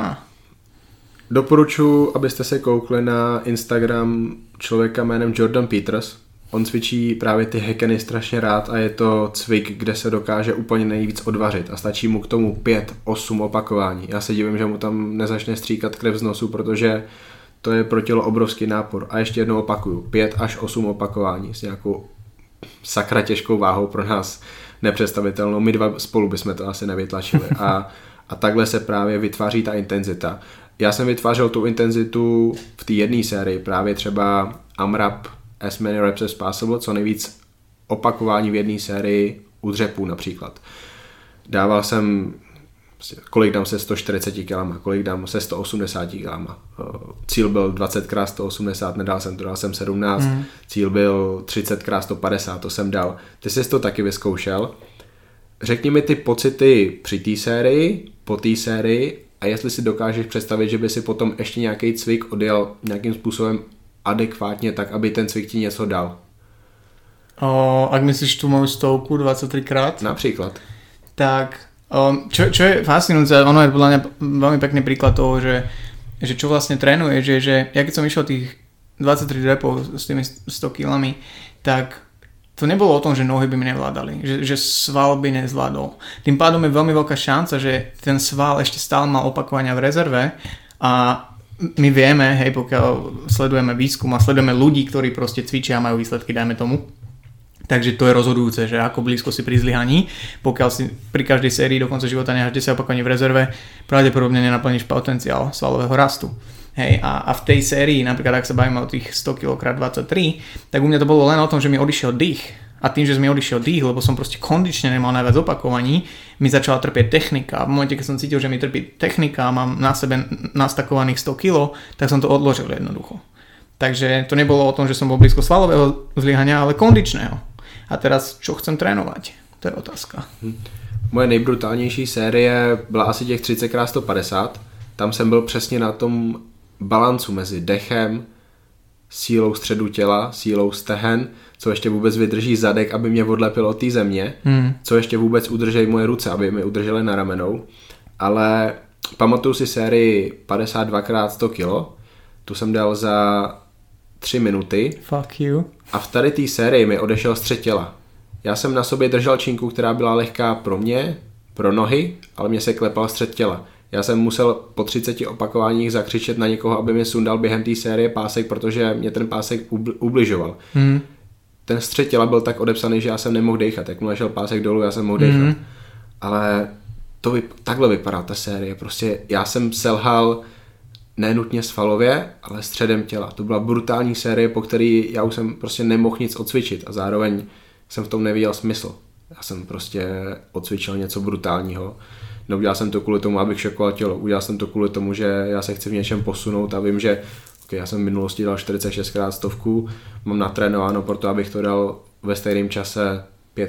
Doporučuji, abyste se koukli na Instagram člověka jménem Jordan Peters. On cvičí právě ty hakeny strašně rád a je to cvik, kde se dokáže úplně nejvíc odvařit a stačí mu k tomu 5-8 opakování. Já se divím, že mu tam nezačne stříkat krev z nosu, protože to je pro tělo obrovský nápor. A ještě jednou opakuju, 5 až 8 opakování s nějakou sakra těžkou váhou pro nás nepředstavitelnou. My dva spolu bychom to asi nevytlačili. A takhle se právě vytváří ta intenzita. Já jsem vytvářel tu intenzitu v té jedné sérii, právě třeba AMRAP as many reps as possible, co nejvíc opakování v jedné sérii u dřepů například. Dával jsem, kolik dám se 140 kg, kolik dám se 180 kg. Cíl byl 20x180, nedal jsem to, dal jsem 17. Cíl byl 30x150, to jsem dal. Ty jsi to taky vyzkoušel. Řekni mi ty pocity při té sérii, po té sérii a jestli si dokážeš představit, že by si potom ještě nějaký cvik odjel nějakým způsobem adekvátně tak, aby ten cvik ti něco dal. Ak myslíš tú moju stovku 23 krát? Například. Tak, čo je fascinujúce, ono je podľa mňa veľmi pekný príklad toho, že čo vlastne trénuješ, že ja keď som išiel tých 23 repov s tými 100 kilami, tak to nebolo o tom, že nohy by mi nevládali, že sval by nezvládol. Tým pádom je veľmi veľká šanca, že ten sval ešte stále mal opakovania v rezerve a my vieme, hej, pokiaľ sledujeme výskum a sledujeme ľudí, ktorí proste cvičia a majú výsledky, dajme tomu, takže to je rozhodujúce, že ako blízko si pri zlyhaní, pokiaľ si pri každej sérii do konca života necháš 10 opakovaní v rezerve, pravdepodobne nenaplníš potenciál svalového rastu. Hej, a v tej sérii, napríklad ak sa bavíme o tých 100 kg x 23, tak u mňa to bolo len o tom, že mi odišiel dých. A tým, že mi odišiel dých, lebo som proste kondične nemal najviac opakovaní, mi začala trpieť technika. A v momente, keď som cítil, že mi trpí technika a mám na sebe nastakovaných 100 kg, tak som to odložil jednoducho. Takže to nebolo o tom, že som bol blízko svalového zlyhania, ale kondičného. A teraz, čo chcem trénovať? To je otázka. Moje nejbrutálnější série byla asi těch 30x150. Tam jsem byl přesně na tom balancu mezi dechem, sílou středu těla, sílou stehen, co ještě vůbec vydrží zadek, aby mě odlepilo od té země, co ještě vůbec udrží moje ruce, aby mi udržely na ramenou. Ale pamatuju si sérii 52x100 kg, tu jsem dal za 3 minuty. Fuck you. A v tady té sérii mi odešel střed těla. Já jsem na sobě držel činku, která byla lehká pro mě, pro nohy, ale mě se klepal střed těla. Já jsem musel po 30 opakováních zakřičet na někoho, aby mi sundal během té série pásek, protože mě ten pásek ubližoval. Ten střed těla byl tak odepsaný, že já jsem nemohl dejchat. Jak mu ležel pásek dolů, já jsem mohl dejchat. Ale takhle vypadá ta série. Prostě já jsem selhal nenutně svalově, ale středem těla. To byla brutální série, po který já už jsem prostě nemohl nic odcvičit a zároveň jsem v tom neviděl smysl. Já jsem prostě odcvičil něco brutálního. Neudělal jsem to kvůli tomu, abych šokoval tělo. Udělal jsem to kvůli tomu, že já se chci v něčem posunout a vím, že já jsem v minulosti dal 46x100, mám natrénováno pro to, abych to dal ve stejném čase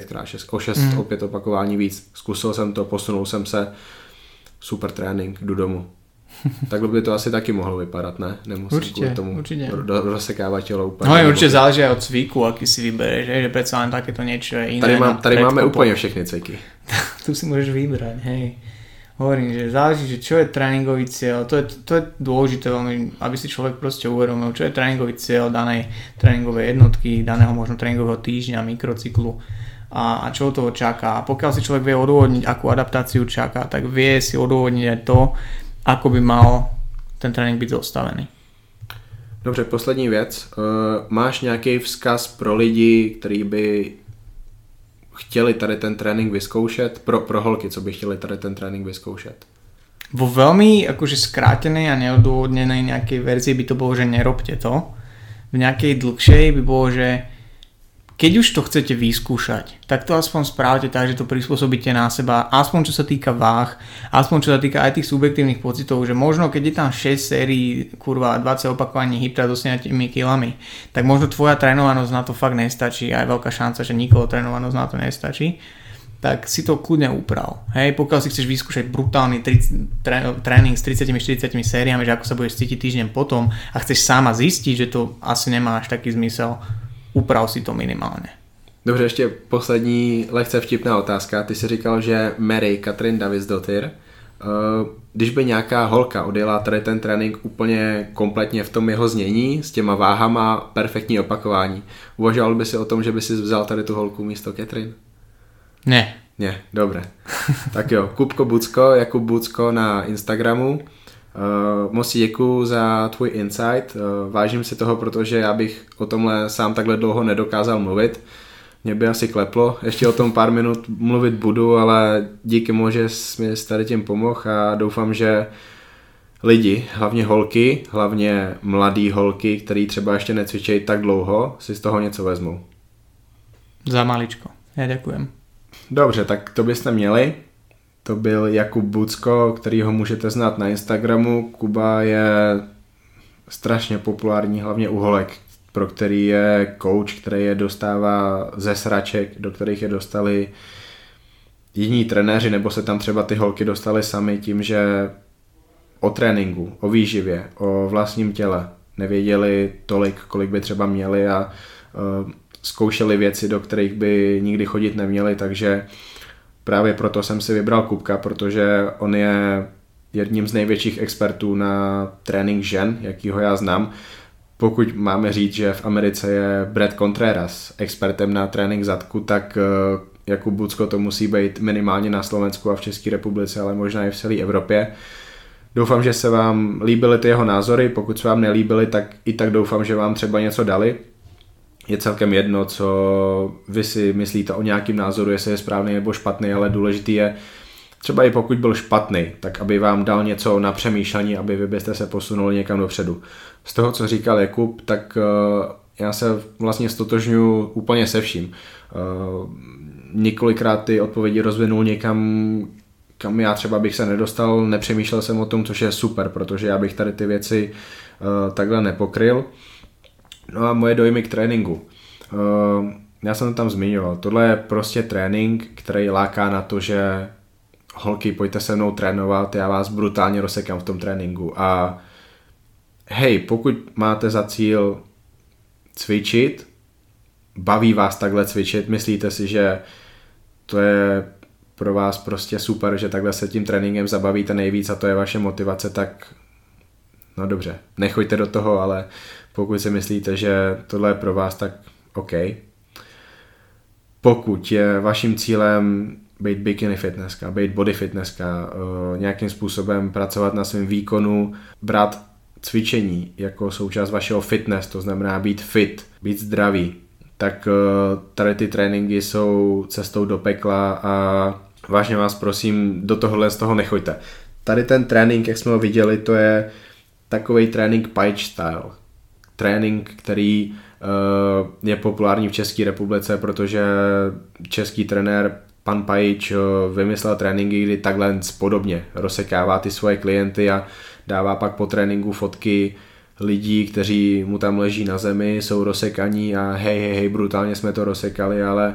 5x6, o 5 opakování víc. Zkusil jsem to, posunul jsem se, super trénink, jdu domů. Takhle by to asi taky mohlo vypadat, ne? Nemusím kvůli tomu rozsekávat tělo úplně. No určitě záleží od cviku, aký si vybereš, že predsa len takéto niečo je iné. Tady máme úplně všechny cviky. Tu si môžeš vybrať, hej. Hovorím, že záleží, že čo je tréningový cieľ. To je dôležité veľmi, aby si človek proste uvedomil, čo je tréningový cieľ danej tréningovej jednotky, daného možno tréningového týždňa, mikrocyklu a čo od toho čaká. A pokiaľ si človek vie odôvodniť, akú adaptáciu čaká, tak vie si odôvodniť aj to, ako by mal ten trénink byť zostavený. Dobře, poslední věc. Máš nějaký vzkaz pro lidi, kteří by chtěli tady ten trénink vyzkoušet? Pro holky, co by chtěli tady ten trénink vyzkoušet? Vo veľmi akože skrátenej a neodôvodnenej nejakej verzii by to bolo, že nerobte to. V nejakej dlhšej by bolo, že keď už to chcete vyskúšať, tak to aspoň správte tak, že to prispôsobíte na seba, aspoň čo sa týka váh, aspoň čo sa týka aj tých subjektívnych pocitov, že možno keď je tam 6 sérií, 20 opakovaní hiptra s 10 kilami, tak možno tvoja trénovanosť na to fakt nestačí a je veľká šanca, že nikoho trénovanosť na to nestačí, tak si to kľudne uprav. Hej, pokiaľ si chceš vyskúšať brutálny tréning s 30-40 sériami, že ako sa budeš cítiť týždeň potom a chceš sama zistiť, že to asi nemá až taký zmysel, uprav si to minimálně. Dobře, ještě poslední lehce vtipná otázka. Ty jsi říkal, že Mary Katrin Davidsdottir, když by nějaká holka odjela tady ten trénink úplně kompletně v tom jeho znění, s těma váhama, perfektní opakování, uvažoval by si o tom, že by si vzal tady tu holku místo Katrin? Ne. Ne, dobré. Tak jo, Kupko Bucko, Jakub Bucko na Instagramu. Moc děkuju za tvůj insight, vážím si toho, protože já bych o tomhle sám takhle dlouho nedokázal mluvit. Mě by asi kleplo, ještě o tom pár minut mluvit budu, ale díky mu, že jsi mi s tady tím pomohl a doufám, že lidi, hlavně holky, hlavně mladý holky, který třeba ještě necvičejí tak dlouho, si z toho něco vezmou. Za maličko, já děkujem. Dobře, tak to byste měli. To byl Jakub Bucko, kterýho můžete znát na Instagramu. Kuba je strašně populární, hlavně u holek, pro který je coach, který je dostává ze sraček, do kterých je dostali jiní trenéři, nebo se tam třeba ty holky dostaly sami tím, že o tréninku, o výživě, o vlastním těle nevěděli tolik, kolik by třeba měli a zkoušeli věci, do kterých by nikdy chodit neměli, takže právě proto jsem si vybral Kupka, protože on je jedním z největších expertů na trénink žen, jakýho já znám. pokud máme říct, že v Americe je Brad Contreras expertem na trénink zadku, tak Jakub Bucko to musí být minimálně na Slovensku a v České republice, ale možná i v celé Evropě. Doufám, že se vám líbily ty jeho názory, pokud se vám nelíbily, tak i tak doufám, že vám třeba něco dali. Je celkem jedno, co vy si myslíte o nějakým názoru, jestli je správný nebo špatný, ale důležitý je, třeba i pokud byl špatný, tak aby vám dal něco na přemýšlení, aby vy byste se posunuli někam dopředu. Z toho, co říkal Jakub, tak já se vlastně stotožňuji úplně se vším. Několikrát ty odpovědi rozvinul někam, kam já třeba bych se nedostal, nepřemýšlel jsem o tom, což je super, protože já bych tady ty věci takhle nepokryl. No a moje dojmy k tréninku. Já jsem to tam zmiňoval. Tohle je prostě trénink, který láká na to, že holky, pojďte se mnou trénovat, já vás brutálně rozsekám v tom tréninku. A hej, pokud máte za cíl cvičit, baví vás takhle cvičit, myslíte si, že to je pro vás prostě super, že takhle se tím tréninkem zabavíte nejvíc a to je vaše motivace, tak no dobře, nechoďte do toho, ale pokud si myslíte, že tohle je pro vás, tak OK. Pokud je vaším cílem být bikini fitnesska, být body fitnesska, nějakým způsobem pracovat na svém výkonu, brát cvičení jako součást vašeho fitness, to znamená být fit, být zdravý, tak tady ty tréninky jsou cestou do pekla a vážně vás prosím, do tohohle z toho nechoďte. Tady ten trénink, jak jsme ho viděli, to je takovej trénink Page style. Trénink, který je populární v České republice, protože český trenér pan Pajič vymyslel tréninky, kdy takhle podobně rozsekává ty svoje klienty a dává pak po tréninku fotky lidí, kteří mu tam leží na zemi, jsou rozsekaní a hej, brutálně jsme to rozsekali, ale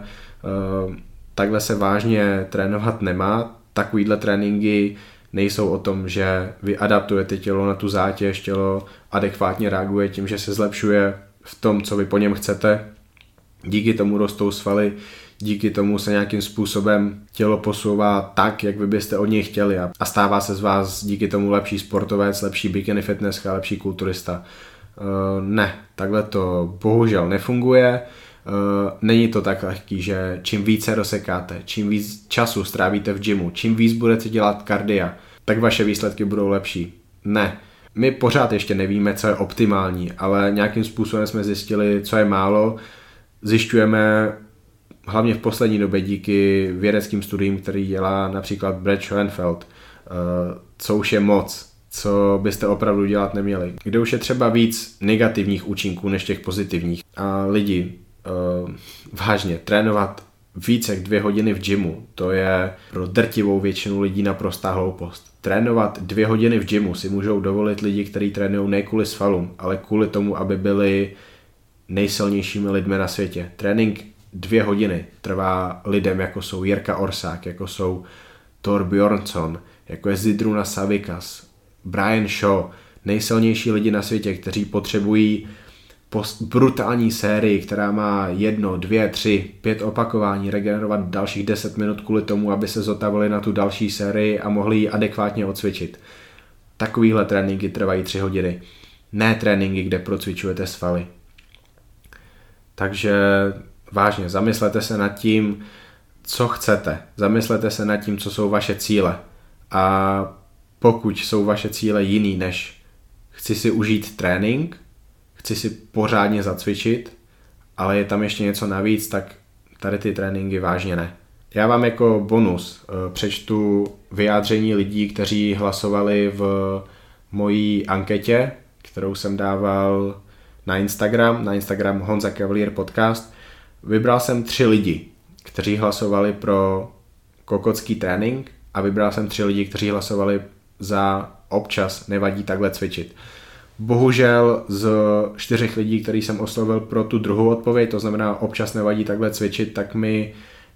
takhle se vážně trénovat nemá. Takovýhle tréninky nejsou o tom, že vy adaptujete tělo na tu zátěž, tělo adekvátně reaguje tím, že se zlepšuje v tom, co vy po něm chcete. Díky tomu rostou svaly, díky tomu se nějakým způsobem tělo posouvá tak, jak vy byste od něj chtěli a stává se z vás díky tomu lepší sportovec, lepší bikini fitnesska, lepší kulturista. Ne, takhle to bohužel nefunguje. Není to tak lehký, že čím více rozsekáte, čím víc času strávíte v gymu, čím víc budete dělat kardia, tak vaše výsledky budou lepší. Ne. My pořád ještě nevíme, co je optimální, ale nějakým způsobem jsme zjistili, co je málo. Zjišťujeme hlavně v poslední době díky vědeckým studiím, který dělá například Brad Schoenfeld, co už je moc, co byste opravdu dělat neměli. Kde už je třeba víc negativních účinků než těch pozitivních. A lidi, vážně, trénovat více jak 2 hodiny v gymu, to je pro drtivou většinu lidí naprostá hloupost. Trénovat 2 hodiny v gymu si můžou dovolit lidi, kteří trénují ne kvůli svalům, ale kvůli tomu, aby byli nejsilnějšími lidmi na světě. Trénink 2 hodiny trvá lidem, jako jsou Jirka Orsák, jako jsou Thor Bjornsson, jako je Zydruna Savikas, Brian Shaw, nejsilnější lidi na světě, kteří potřebují brutální sérii, která má 1, 2, 3, 5 opakování, regenerovat dalších 10 minut kvůli tomu, aby se zotavili na tu další sérii a mohli ji adekvátně odcvičit. Takovýhle tréninky trvají 3 hodiny. Ne tréninky, kde procvičujete svaly. Takže vážně, zamyslete se nad tím, co chcete. Zamyslete se nad tím, co jsou vaše cíle. A pokud jsou vaše cíle jiný než chci si užít trénink, chci si pořádně zacvičit, ale je tam ještě něco navíc, tak tady ty tréninky vážně ne. Já vám jako bonus přečtu vyjádření lidí, kteří hlasovali v mojí anketě, kterou jsem dával na Instagram Honza Cavalier Podcast. Vybral jsem 3 lidi, kteří hlasovali pro kokocký trénink a vybral jsem 3 lidi, kteří hlasovali za občas nevadí takhle cvičit. Bohužel z 4 lidí, který jsem oslovil pro tu druhou odpověď, to znamená občas nevadí takhle cvičit, tak mi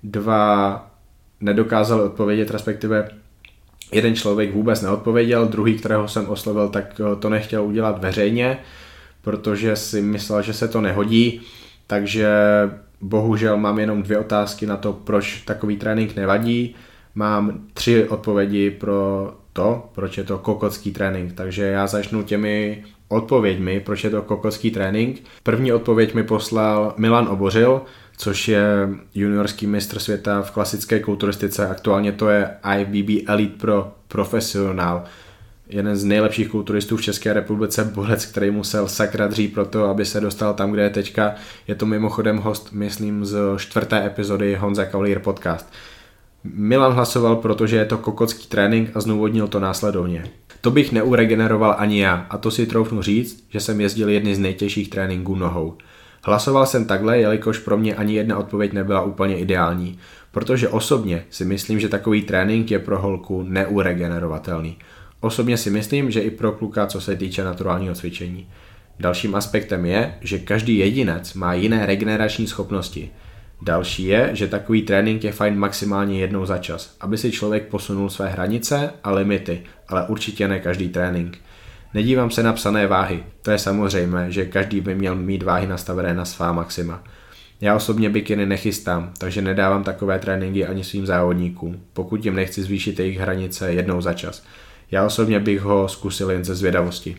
2 nedokázali odpovědět, respektive jeden člověk vůbec neodpověděl, druhý, kterého jsem oslovil, tak to nechtěl udělat veřejně, protože si myslel, že se to nehodí, takže bohužel mám jenom 2 otázky na to, proč takový trénink nevadí. Mám 3 odpovědi pro to, proč je to kokocký trénink, takže já začnu těmi odpověďmi, proč je to kokotský trénink. První odpověď mi poslal Milan Obořil, což je juniorský mistr světa v klasické kulturistice. Aktuálně to je IFBB Elite Pro profesionál. Jeden z nejlepších kulturistů v České republice, borec, který musel sakra dřít pro to, aby se dostal tam, kde je teďka. Je to mimochodem host, myslím, z 4. epizody Honza Cavalier podcast. Milan hlasoval, protože je to kokotský trénink a zdůvodnil to následovně. To bych neuregeneroval ani já a to si troufnu říct, že jsem jezdil jedny z nejtěžších tréninků nohou. Hlasoval jsem takhle, jelikož pro mě ani jedna odpověď nebyla úplně ideální, protože osobně si myslím, že takový trénink je pro holku neuregenerovatelný. Osobně si myslím, že i pro kluka, co se týče naturálního cvičení. Dalším aspektem je, že každý jedinec má jiné regenerační schopnosti. Další je, že takový trénink je fajn maximálně jednou za čas, aby si člověk posunul své hranice a limity, ale určitě ne každý trénink. Nedívám se na psané váhy, to je samozřejmé, že každý by měl mít váhy nastavené na svá maxima. Já osobně bikiny nechystám, takže nedávám takové tréninky ani svým závodníkům, pokud jim nechci zvýšit jejich hranice jednou za čas. Já osobně bych ho zkusil jen ze zvědavosti.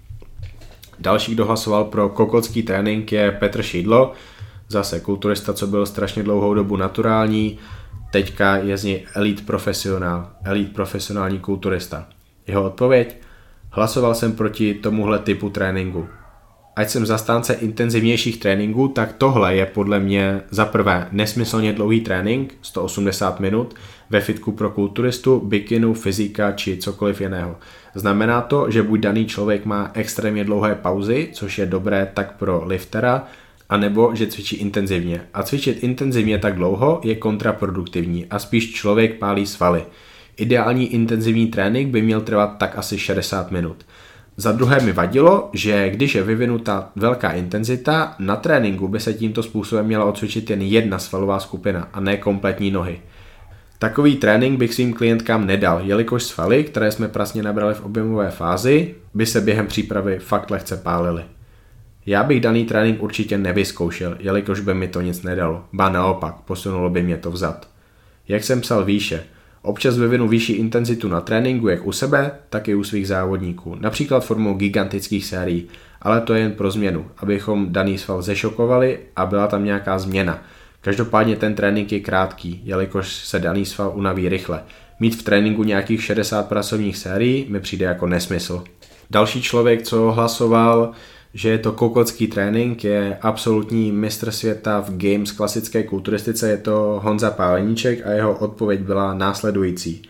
Další, kdo hlasoval pro kokotský trénink, je Petr Šídlo, zase kulturista, co byl strašně dlouhou dobu naturální, teďka je z něj elite profesionální kulturista. Jeho odpověď? Hlasoval jsem proti tomuhle typu tréninku. Ať jsem zastánce intenzivnějších tréninků, tak tohle je podle mě za prvé nesmyslně dlouhý trénink, 180 minut, ve fitku pro kulturistu, bikinu, fyzika či cokoliv jiného. Znamená to, že buď daný člověk má extrémně dlouhé pauzy, což je dobré tak pro liftera, anebo že cvičí intenzivně. A cvičit intenzivně tak dlouho je kontraproduktivní a spíš člověk pálí svaly. Ideální intenzivní trénink by měl trvat tak asi 60 minut. Za druhé mi vadilo, že když je vyvinuta velká intenzita, na tréninku by se tímto způsobem měla odcvičit jen jedna svalová skupina a ne kompletní nohy. Takový trénink bych svým klientkám nedal, jelikož svaly, které jsme prasně nabrali v objemové fázi, by se během přípravy fakt lehce pálily. Já bych daný trénink určitě nevyzkoušel, jelikož by mi to nic nedalo, ba naopak, posunulo by mě to vzad. Jak jsem psal výše, občas vyvinu vyšší intenzitu na tréninku jak u sebe, tak i u svých závodníků, například formou gigantických sérií, ale to je jen pro změnu, abychom daný sval zešokovali a byla tam nějaká změna. Každopádně ten trénink je krátký, jelikož se daný sval unaví rychle. Mít v tréninku nějakých 60 pracovních sérií mi přijde jako nesmysl. Další člověk, co hlasoval, že je to kokotský trénink, je absolutní mistr světa v games klasické kulturistice, je to Honza Páleníček a jeho odpověď byla následující.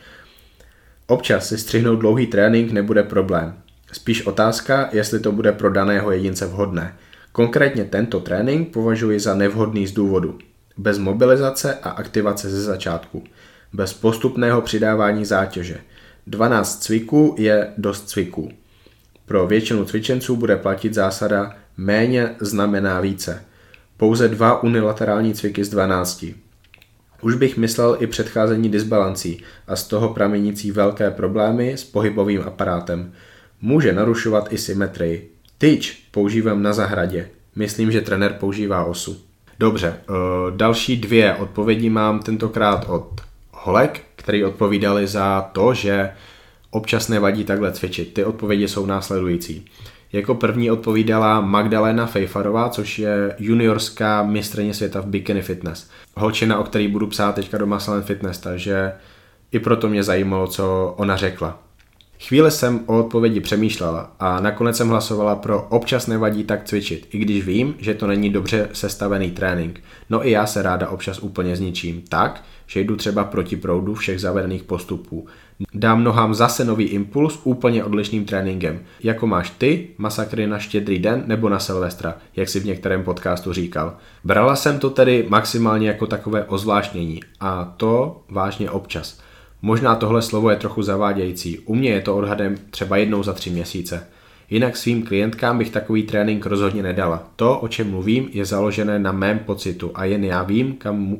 Občas si střihnout dlouhý trénink nebude problém. Spíš otázka, jestli to bude pro daného jedince vhodné. Konkrétně tento trénink považuji za nevhodný z důvodu. Bez mobilizace a aktivace ze začátku. Bez postupného přidávání zátěže. 12 cviků je dost cviků. Pro většinu cvičenců bude platit zásada méně znamená více. Pouze 2 unilaterální cviky z 12. Už bych myslel i předcházení disbalancí a z toho pramenící velké problémy s pohybovým aparátem. Může narušovat i symetrii. Tyč používám na zahradě. Myslím, že trenér používá osu. Dobře, další 2 odpovědi mám tentokrát od holek, který odpovídali za to, že občas nevadí takhle cvičit. Ty odpovědi jsou následující. Jako první odpovídala Magdalena Fejfarová, což je juniorská mistryně světa v bikini fitness. Holčina, o který budu psát teďka do Muscle & Fitness, takže i proto mě zajímalo, co ona řekla. Chvíli jsem o odpovědi přemýšlela a nakonec jsem hlasovala pro občas nevadí tak cvičit, i když vím, že to není dobře sestavený trénink. No i já se ráda občas úplně zničím tak, že jdu třeba proti proudu všech zavedených postupů. Dám nohám zase nový impuls úplně odlišným tréninkem, jako máš ty, masakry na Štědrý den nebo na Silvestra, jak si v některém podcastu říkal. Brala jsem to tedy maximálně jako takové ozvláštnění a to vážně občas. Možná tohle slovo je trochu zavádějící, u mě je to odhadem třeba jednou za 3 měsíce. Jinak svým klientkám bych takový trénink rozhodně nedala. To, o čem mluvím, je založené na mém pocitu a jen já vím,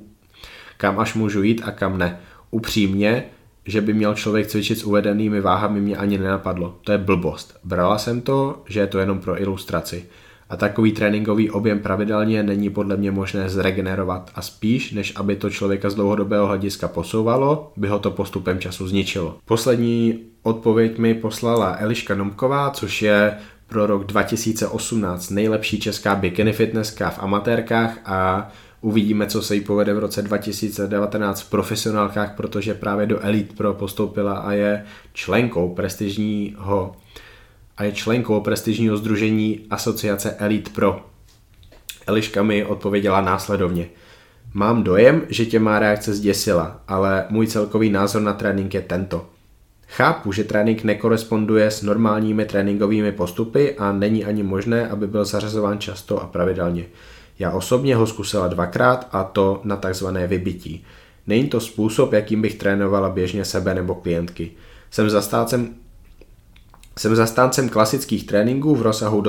kam až můžu jít a kam ne. Upřímně, že by měl člověk cvičit s uvedenými váhami, mě ani nenapadlo. To je blbost. Brala jsem to, že je to jenom pro ilustraci. A takový tréninkový objem pravidelně není podle mě možné zregenerovat a spíš, než aby to člověka z dlouhodobého hlediska posouvalo, by ho to postupem času zničilo. Poslední odpověď mi poslala Eliška Nomková, což je pro rok 2018 nejlepší česká bikini fitnesska v amatérkách a uvidíme, co se jí povede v roce 2019 v profesionálkách, protože právě do Elite Pro postoupila a je členkou prestižního sdružení asociace Elite Pro. Eliška mi odpověděla následovně. Mám dojem, že tě má reakce zděsila, ale můj celkový názor na trénink je tento. Chápu, že trénink nekoresponduje s normálními tréninkovými postupy a není ani možné, aby byl zařazován často a pravidelně. Já osobně ho zkusila 2krát a to na takzvané vybití. Není to způsob, jakým bych trénovala běžně sebe nebo klientky. Jsem zastáncem klasických tréninků v rozsahu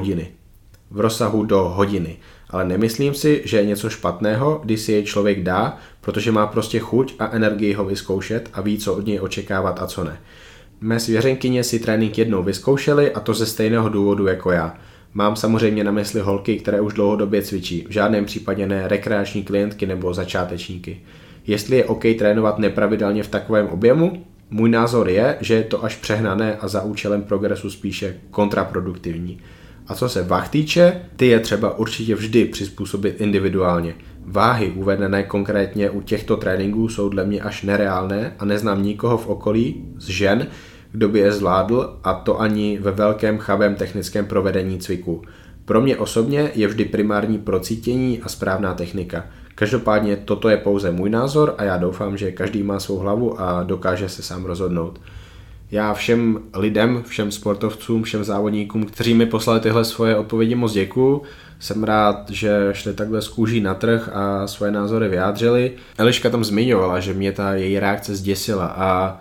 do hodiny. Ale nemyslím si, že je něco špatného, když si jej člověk dá, protože má prostě chuť a energii ho vyzkoušet a ví, co od něj očekávat a co ne. Mé svěřenkyně si trénink jednou vyzkoušely a to ze stejného důvodu jako já. Mám samozřejmě na mysli holky, které už dlouhodobě cvičí, v žádném případě ne rekreační klientky nebo začátečníky. Jestli je OK trénovat nepravidelně v takovém objemu? Můj názor je, že je to až přehnané a za účelem progresu spíše kontraproduktivní. A co se váh týče, ty je třeba určitě vždy přizpůsobit individuálně. Váhy uvedené konkrétně u těchto tréninků jsou dle mě až nereálné a neznám nikoho v okolí z žen, kdo by je zvládl, a to ani ve velkém chabém technickém provedení cviků. Pro mě osobně je vždy primární procítění a správná technika. Každopádně toto je pouze můj názor a já doufám, že každý má svou hlavu a dokáže se sám rozhodnout. Já všem lidem, všem sportovcům, všem závodníkům, kteří mi poslali tyhle svoje odpovědi, moc děkuju. Jsem rád, že šli takhle z kůží na trh a svoje názory vyjádřili. Eliška tam zmiňovala, že mě ta její reakce zděsila a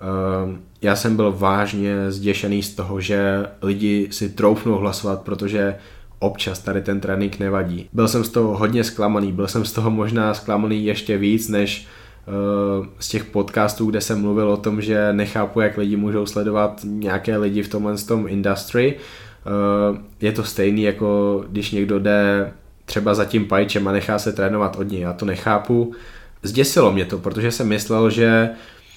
já jsem byl vážně zděšený z toho, že lidi si troufnou hlasovat, protože občas tady ten trénink nevadí. Byl jsem z toho hodně zklamaný, byl jsem z toho možná zklamaný ještě víc, než z těch podcastů, kde jsem mluvil o tom, že nechápu, jak lidi můžou sledovat nějaké lidi v tomhle industry. Je to stejný, jako když někdo jde třeba za tím pajčem a nechá se trénovat od něj. Já to nechápu. Zděsilo mě to, protože jsem myslel, že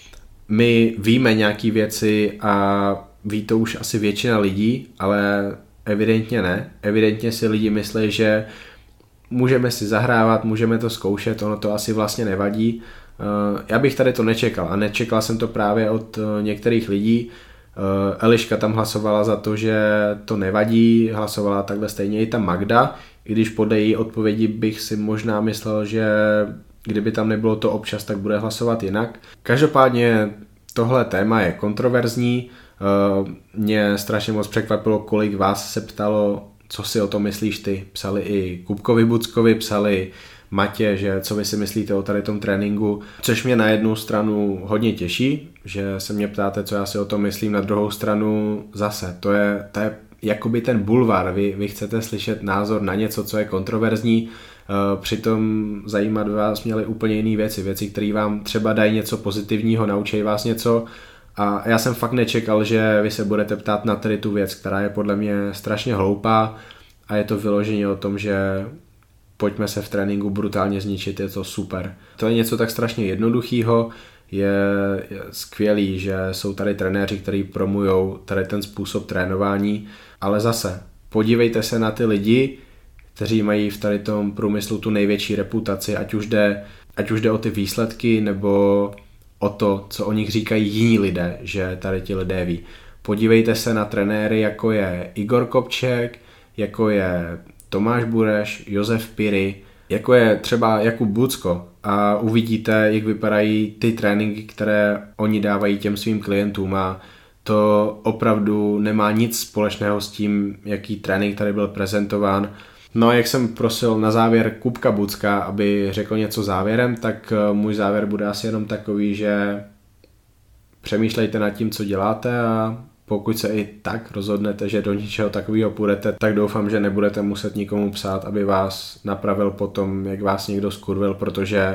my víme nějaký věci a ví to už asi většina lidí, ale evidentně ne. Evidentně si lidi myslí, že můžeme si zahrávat, můžeme to zkoušet, ono to asi vlastně nevadí. Já bych tady to nečekal a nečekal jsem to právě od některých lidí. Eliška tam hlasovala za to, že to nevadí, hlasovala takhle stejně i ta Magda, i když podle její odpovědi bych si možná myslel, že kdyby tam nebylo to občas, tak bude hlasovat jinak. Každopádně tohle téma je kontroverzní, mě strašně moc překvapilo, kolik vás se ptalo, co si o tom myslíš ty. Psali i Kupkovi Buckovi, psali Matě, že co vy si myslíte o tady tom tréninku, což mě na jednu stranu hodně těší, že se mě ptáte, co já si o tom myslím, na druhou stranu zase, to je jakoby ten bulvár, vy chcete slyšet názor na něco, co je kontroverzní, přitom zajímat vás měly úplně jiné věci, které vám třeba dají něco pozitivního, naučí vás něco a já jsem fakt nečekal, že vy se budete ptát na tady tu věc, která je podle mě strašně hloupá a je to vyloženě o tom, že pojďme se v tréninku brutálně zničit, je to super. To je něco tak strašně jednoduchého, je skvělý, že jsou tady trenéři, kteří promujou tady ten způsob trénování, ale zase podívejte se na ty lidi, kteří mají v tady tom průmyslu tu největší reputaci, ať už jde o ty výsledky nebo o to, co o nich říkají jiní lidé, že tady ti lidé ví. Podívejte se na trenéry, jako je Igor Kopček, jako je Tomáš Bureš, Josef Piry, jako je třeba Jakub Bucko a uvidíte, jak vypadají ty tréninky, které oni dávají těm svým klientům a to opravdu nemá nic společného s tím, jaký trénink tady byl prezentován. No a jak jsem prosil na závěr Kupka Bucka, aby řekl něco závěrem, tak můj závěr bude asi jenom takový, že přemýšlejte nad tím, co děláte a pokud se i tak rozhodnete, že do něčeho takového půjdete, tak doufám, že nebudete muset nikomu psát, aby vás napravil potom, jak vás někdo skurvil, protože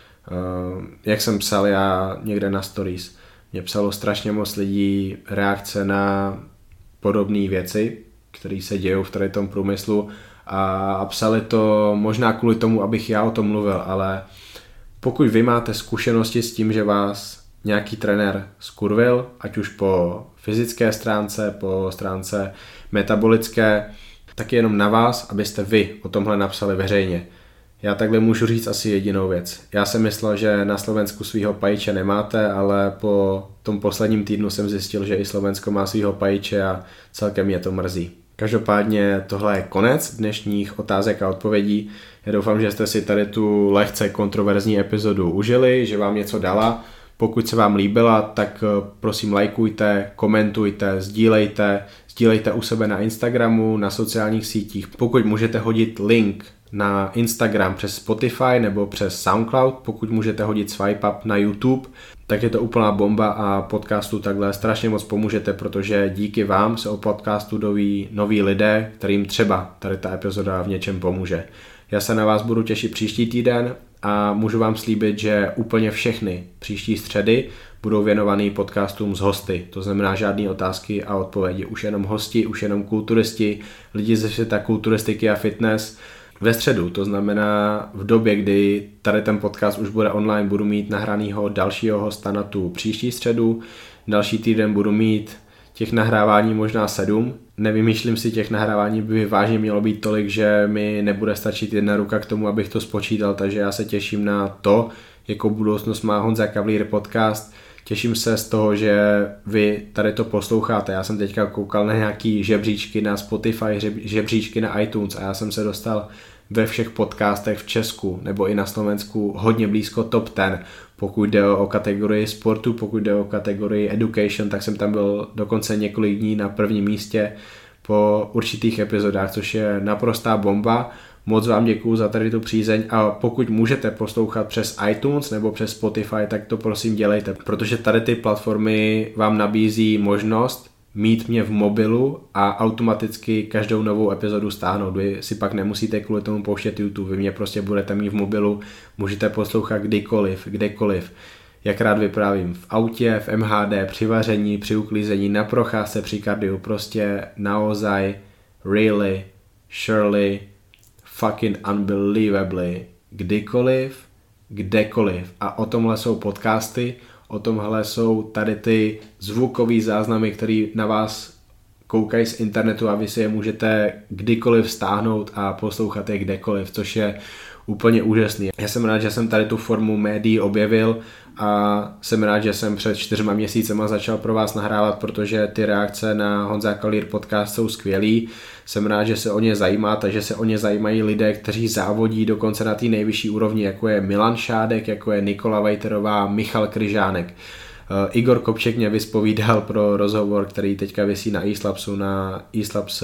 jak jsem psal já někde na stories, mě psalo strašně moc lidí reakce na podobné věci, které se dějou v tady tom průmyslu a psali to možná kvůli tomu, abych já o tom mluvil, ale pokud vy máte zkušenosti s tím, že vás nějaký trenér skurvil, ať už po fyzické stránce, po stránce metabolické, tak je jenom na vás, abyste vy o tomhle napsali veřejně. Já takhle můžu říct asi jedinou věc. Já jsem myslel, že na Slovensku svýho Pajiče nemáte, ale po tom posledním týdnu jsem zjistil, že i Slovensko má svýho Pajiče a celkem mě to mrzí. Každopádně tohle je konec dnešních otázek a odpovědí. Já doufám, že jste si tady tu lehce kontroverzní epizodu užili, že vám něco dala. Pokud se vám líbila, tak prosím lajkujte, komentujte, sdílejte u sebe na Instagramu, na sociálních sítích. Pokud můžete hodit link na Instagram přes Spotify nebo přes SoundCloud, pokud můžete hodit swipe up na YouTube, tak je to úplná bomba a podcastu takhle strašně moc pomůžete, protože díky vám se o podcastu doví noví lidé, kterým třeba tady ta epizoda v něčem pomůže. Já se na vás budu těšit příští týden a můžu vám slíbit, že úplně všechny příští středy budou věnovaný podcastům s hosty. To znamená žádné otázky a odpovědi. Už jenom hosti, už jenom kulturisti, lidi ze světa kulturistiky a fitness. Ve středu, to znamená v době, kdy tady ten podcast už bude online, budu mít nahranýho dalšího hosta na tu příští středu. Další týden budu mít těch nahrávání možná 7. Nevymýšlím si, těch nahrávání by vážně mělo být tolik, že mi nebude stačit jedna ruka k tomu, abych to spočítal, takže já se těším na to, jakou budoucnost má Honza Cavalier podcast. Těším se z toho, že vy tady to posloucháte. Já jsem teďka koukal na nějaký žebříčky na Spotify, žebříčky na iTunes a já jsem se dostal ve všech podcastech v Česku nebo i na Slovensku hodně blízko top 10. Pokud jde o kategorii sportu, pokud jde o kategorii education, tak jsem tam byl dokonce několik dní na prvním místě po určitých epizodách, což je naprostá bomba. Moc vám děkuju za tady tu přízeň a pokud můžete poslouchat přes iTunes nebo přes Spotify, tak to prosím dělejte, protože tady ty platformy vám nabízí možnost mít mě v mobilu a automaticky každou novou epizodu stáhnout. Vy si pak nemusíte kvůli tomu pouštět YouTube, vy mě prostě budete mít v mobilu, můžete poslouchat kdykoliv, kdekoliv. Jak rád vyprávím v autě, v MHD, při vaření, při uklízení, na procházce, při kardiu, prostě naozaj, really, surely, fucking unbelievably, kdykoliv, kdekoliv. A o tomhle jsou podcasty, o tomhle jsou tady ty zvukové záznamy, které na vás koukají z internetu a vy si je můžete kdykoliv stáhnout a poslouchat je kdekoliv, což je úplně úžasný. Já jsem rád, že jsem tady tu formu médií objevil a jsem rád, že jsem před 4 měsícema začal pro vás nahrávat, protože ty reakce na Honza Cavalier podcast jsou skvělý. Jsem rád, že se o ně zajímáte, že se o ně zajímají lidé, kteří závodí dokonce na té nejvyšší úrovni, jako je Milan Šádek, jako je Nikola Vajterová, Michal Kryžánek. Igor Kopček mě vyspovídal pro rozhovor, který teďka visí na eSlabsu, na eSlabs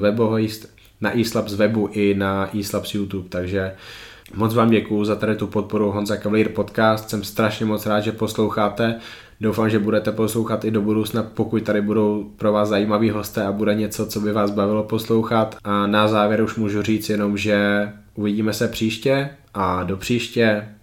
webu i na eSlabs YouTube, takže moc vám děkuju za tady tu podporu Honza Cavalier podcast, jsem strašně moc rád, že posloucháte, doufám, že budete poslouchat i do budoucna, pokud tady budou pro vás zajímaví hosté a bude něco, co by vás bavilo poslouchat a na závěr už můžu říct jenom, že uvidíme se příště a do příště.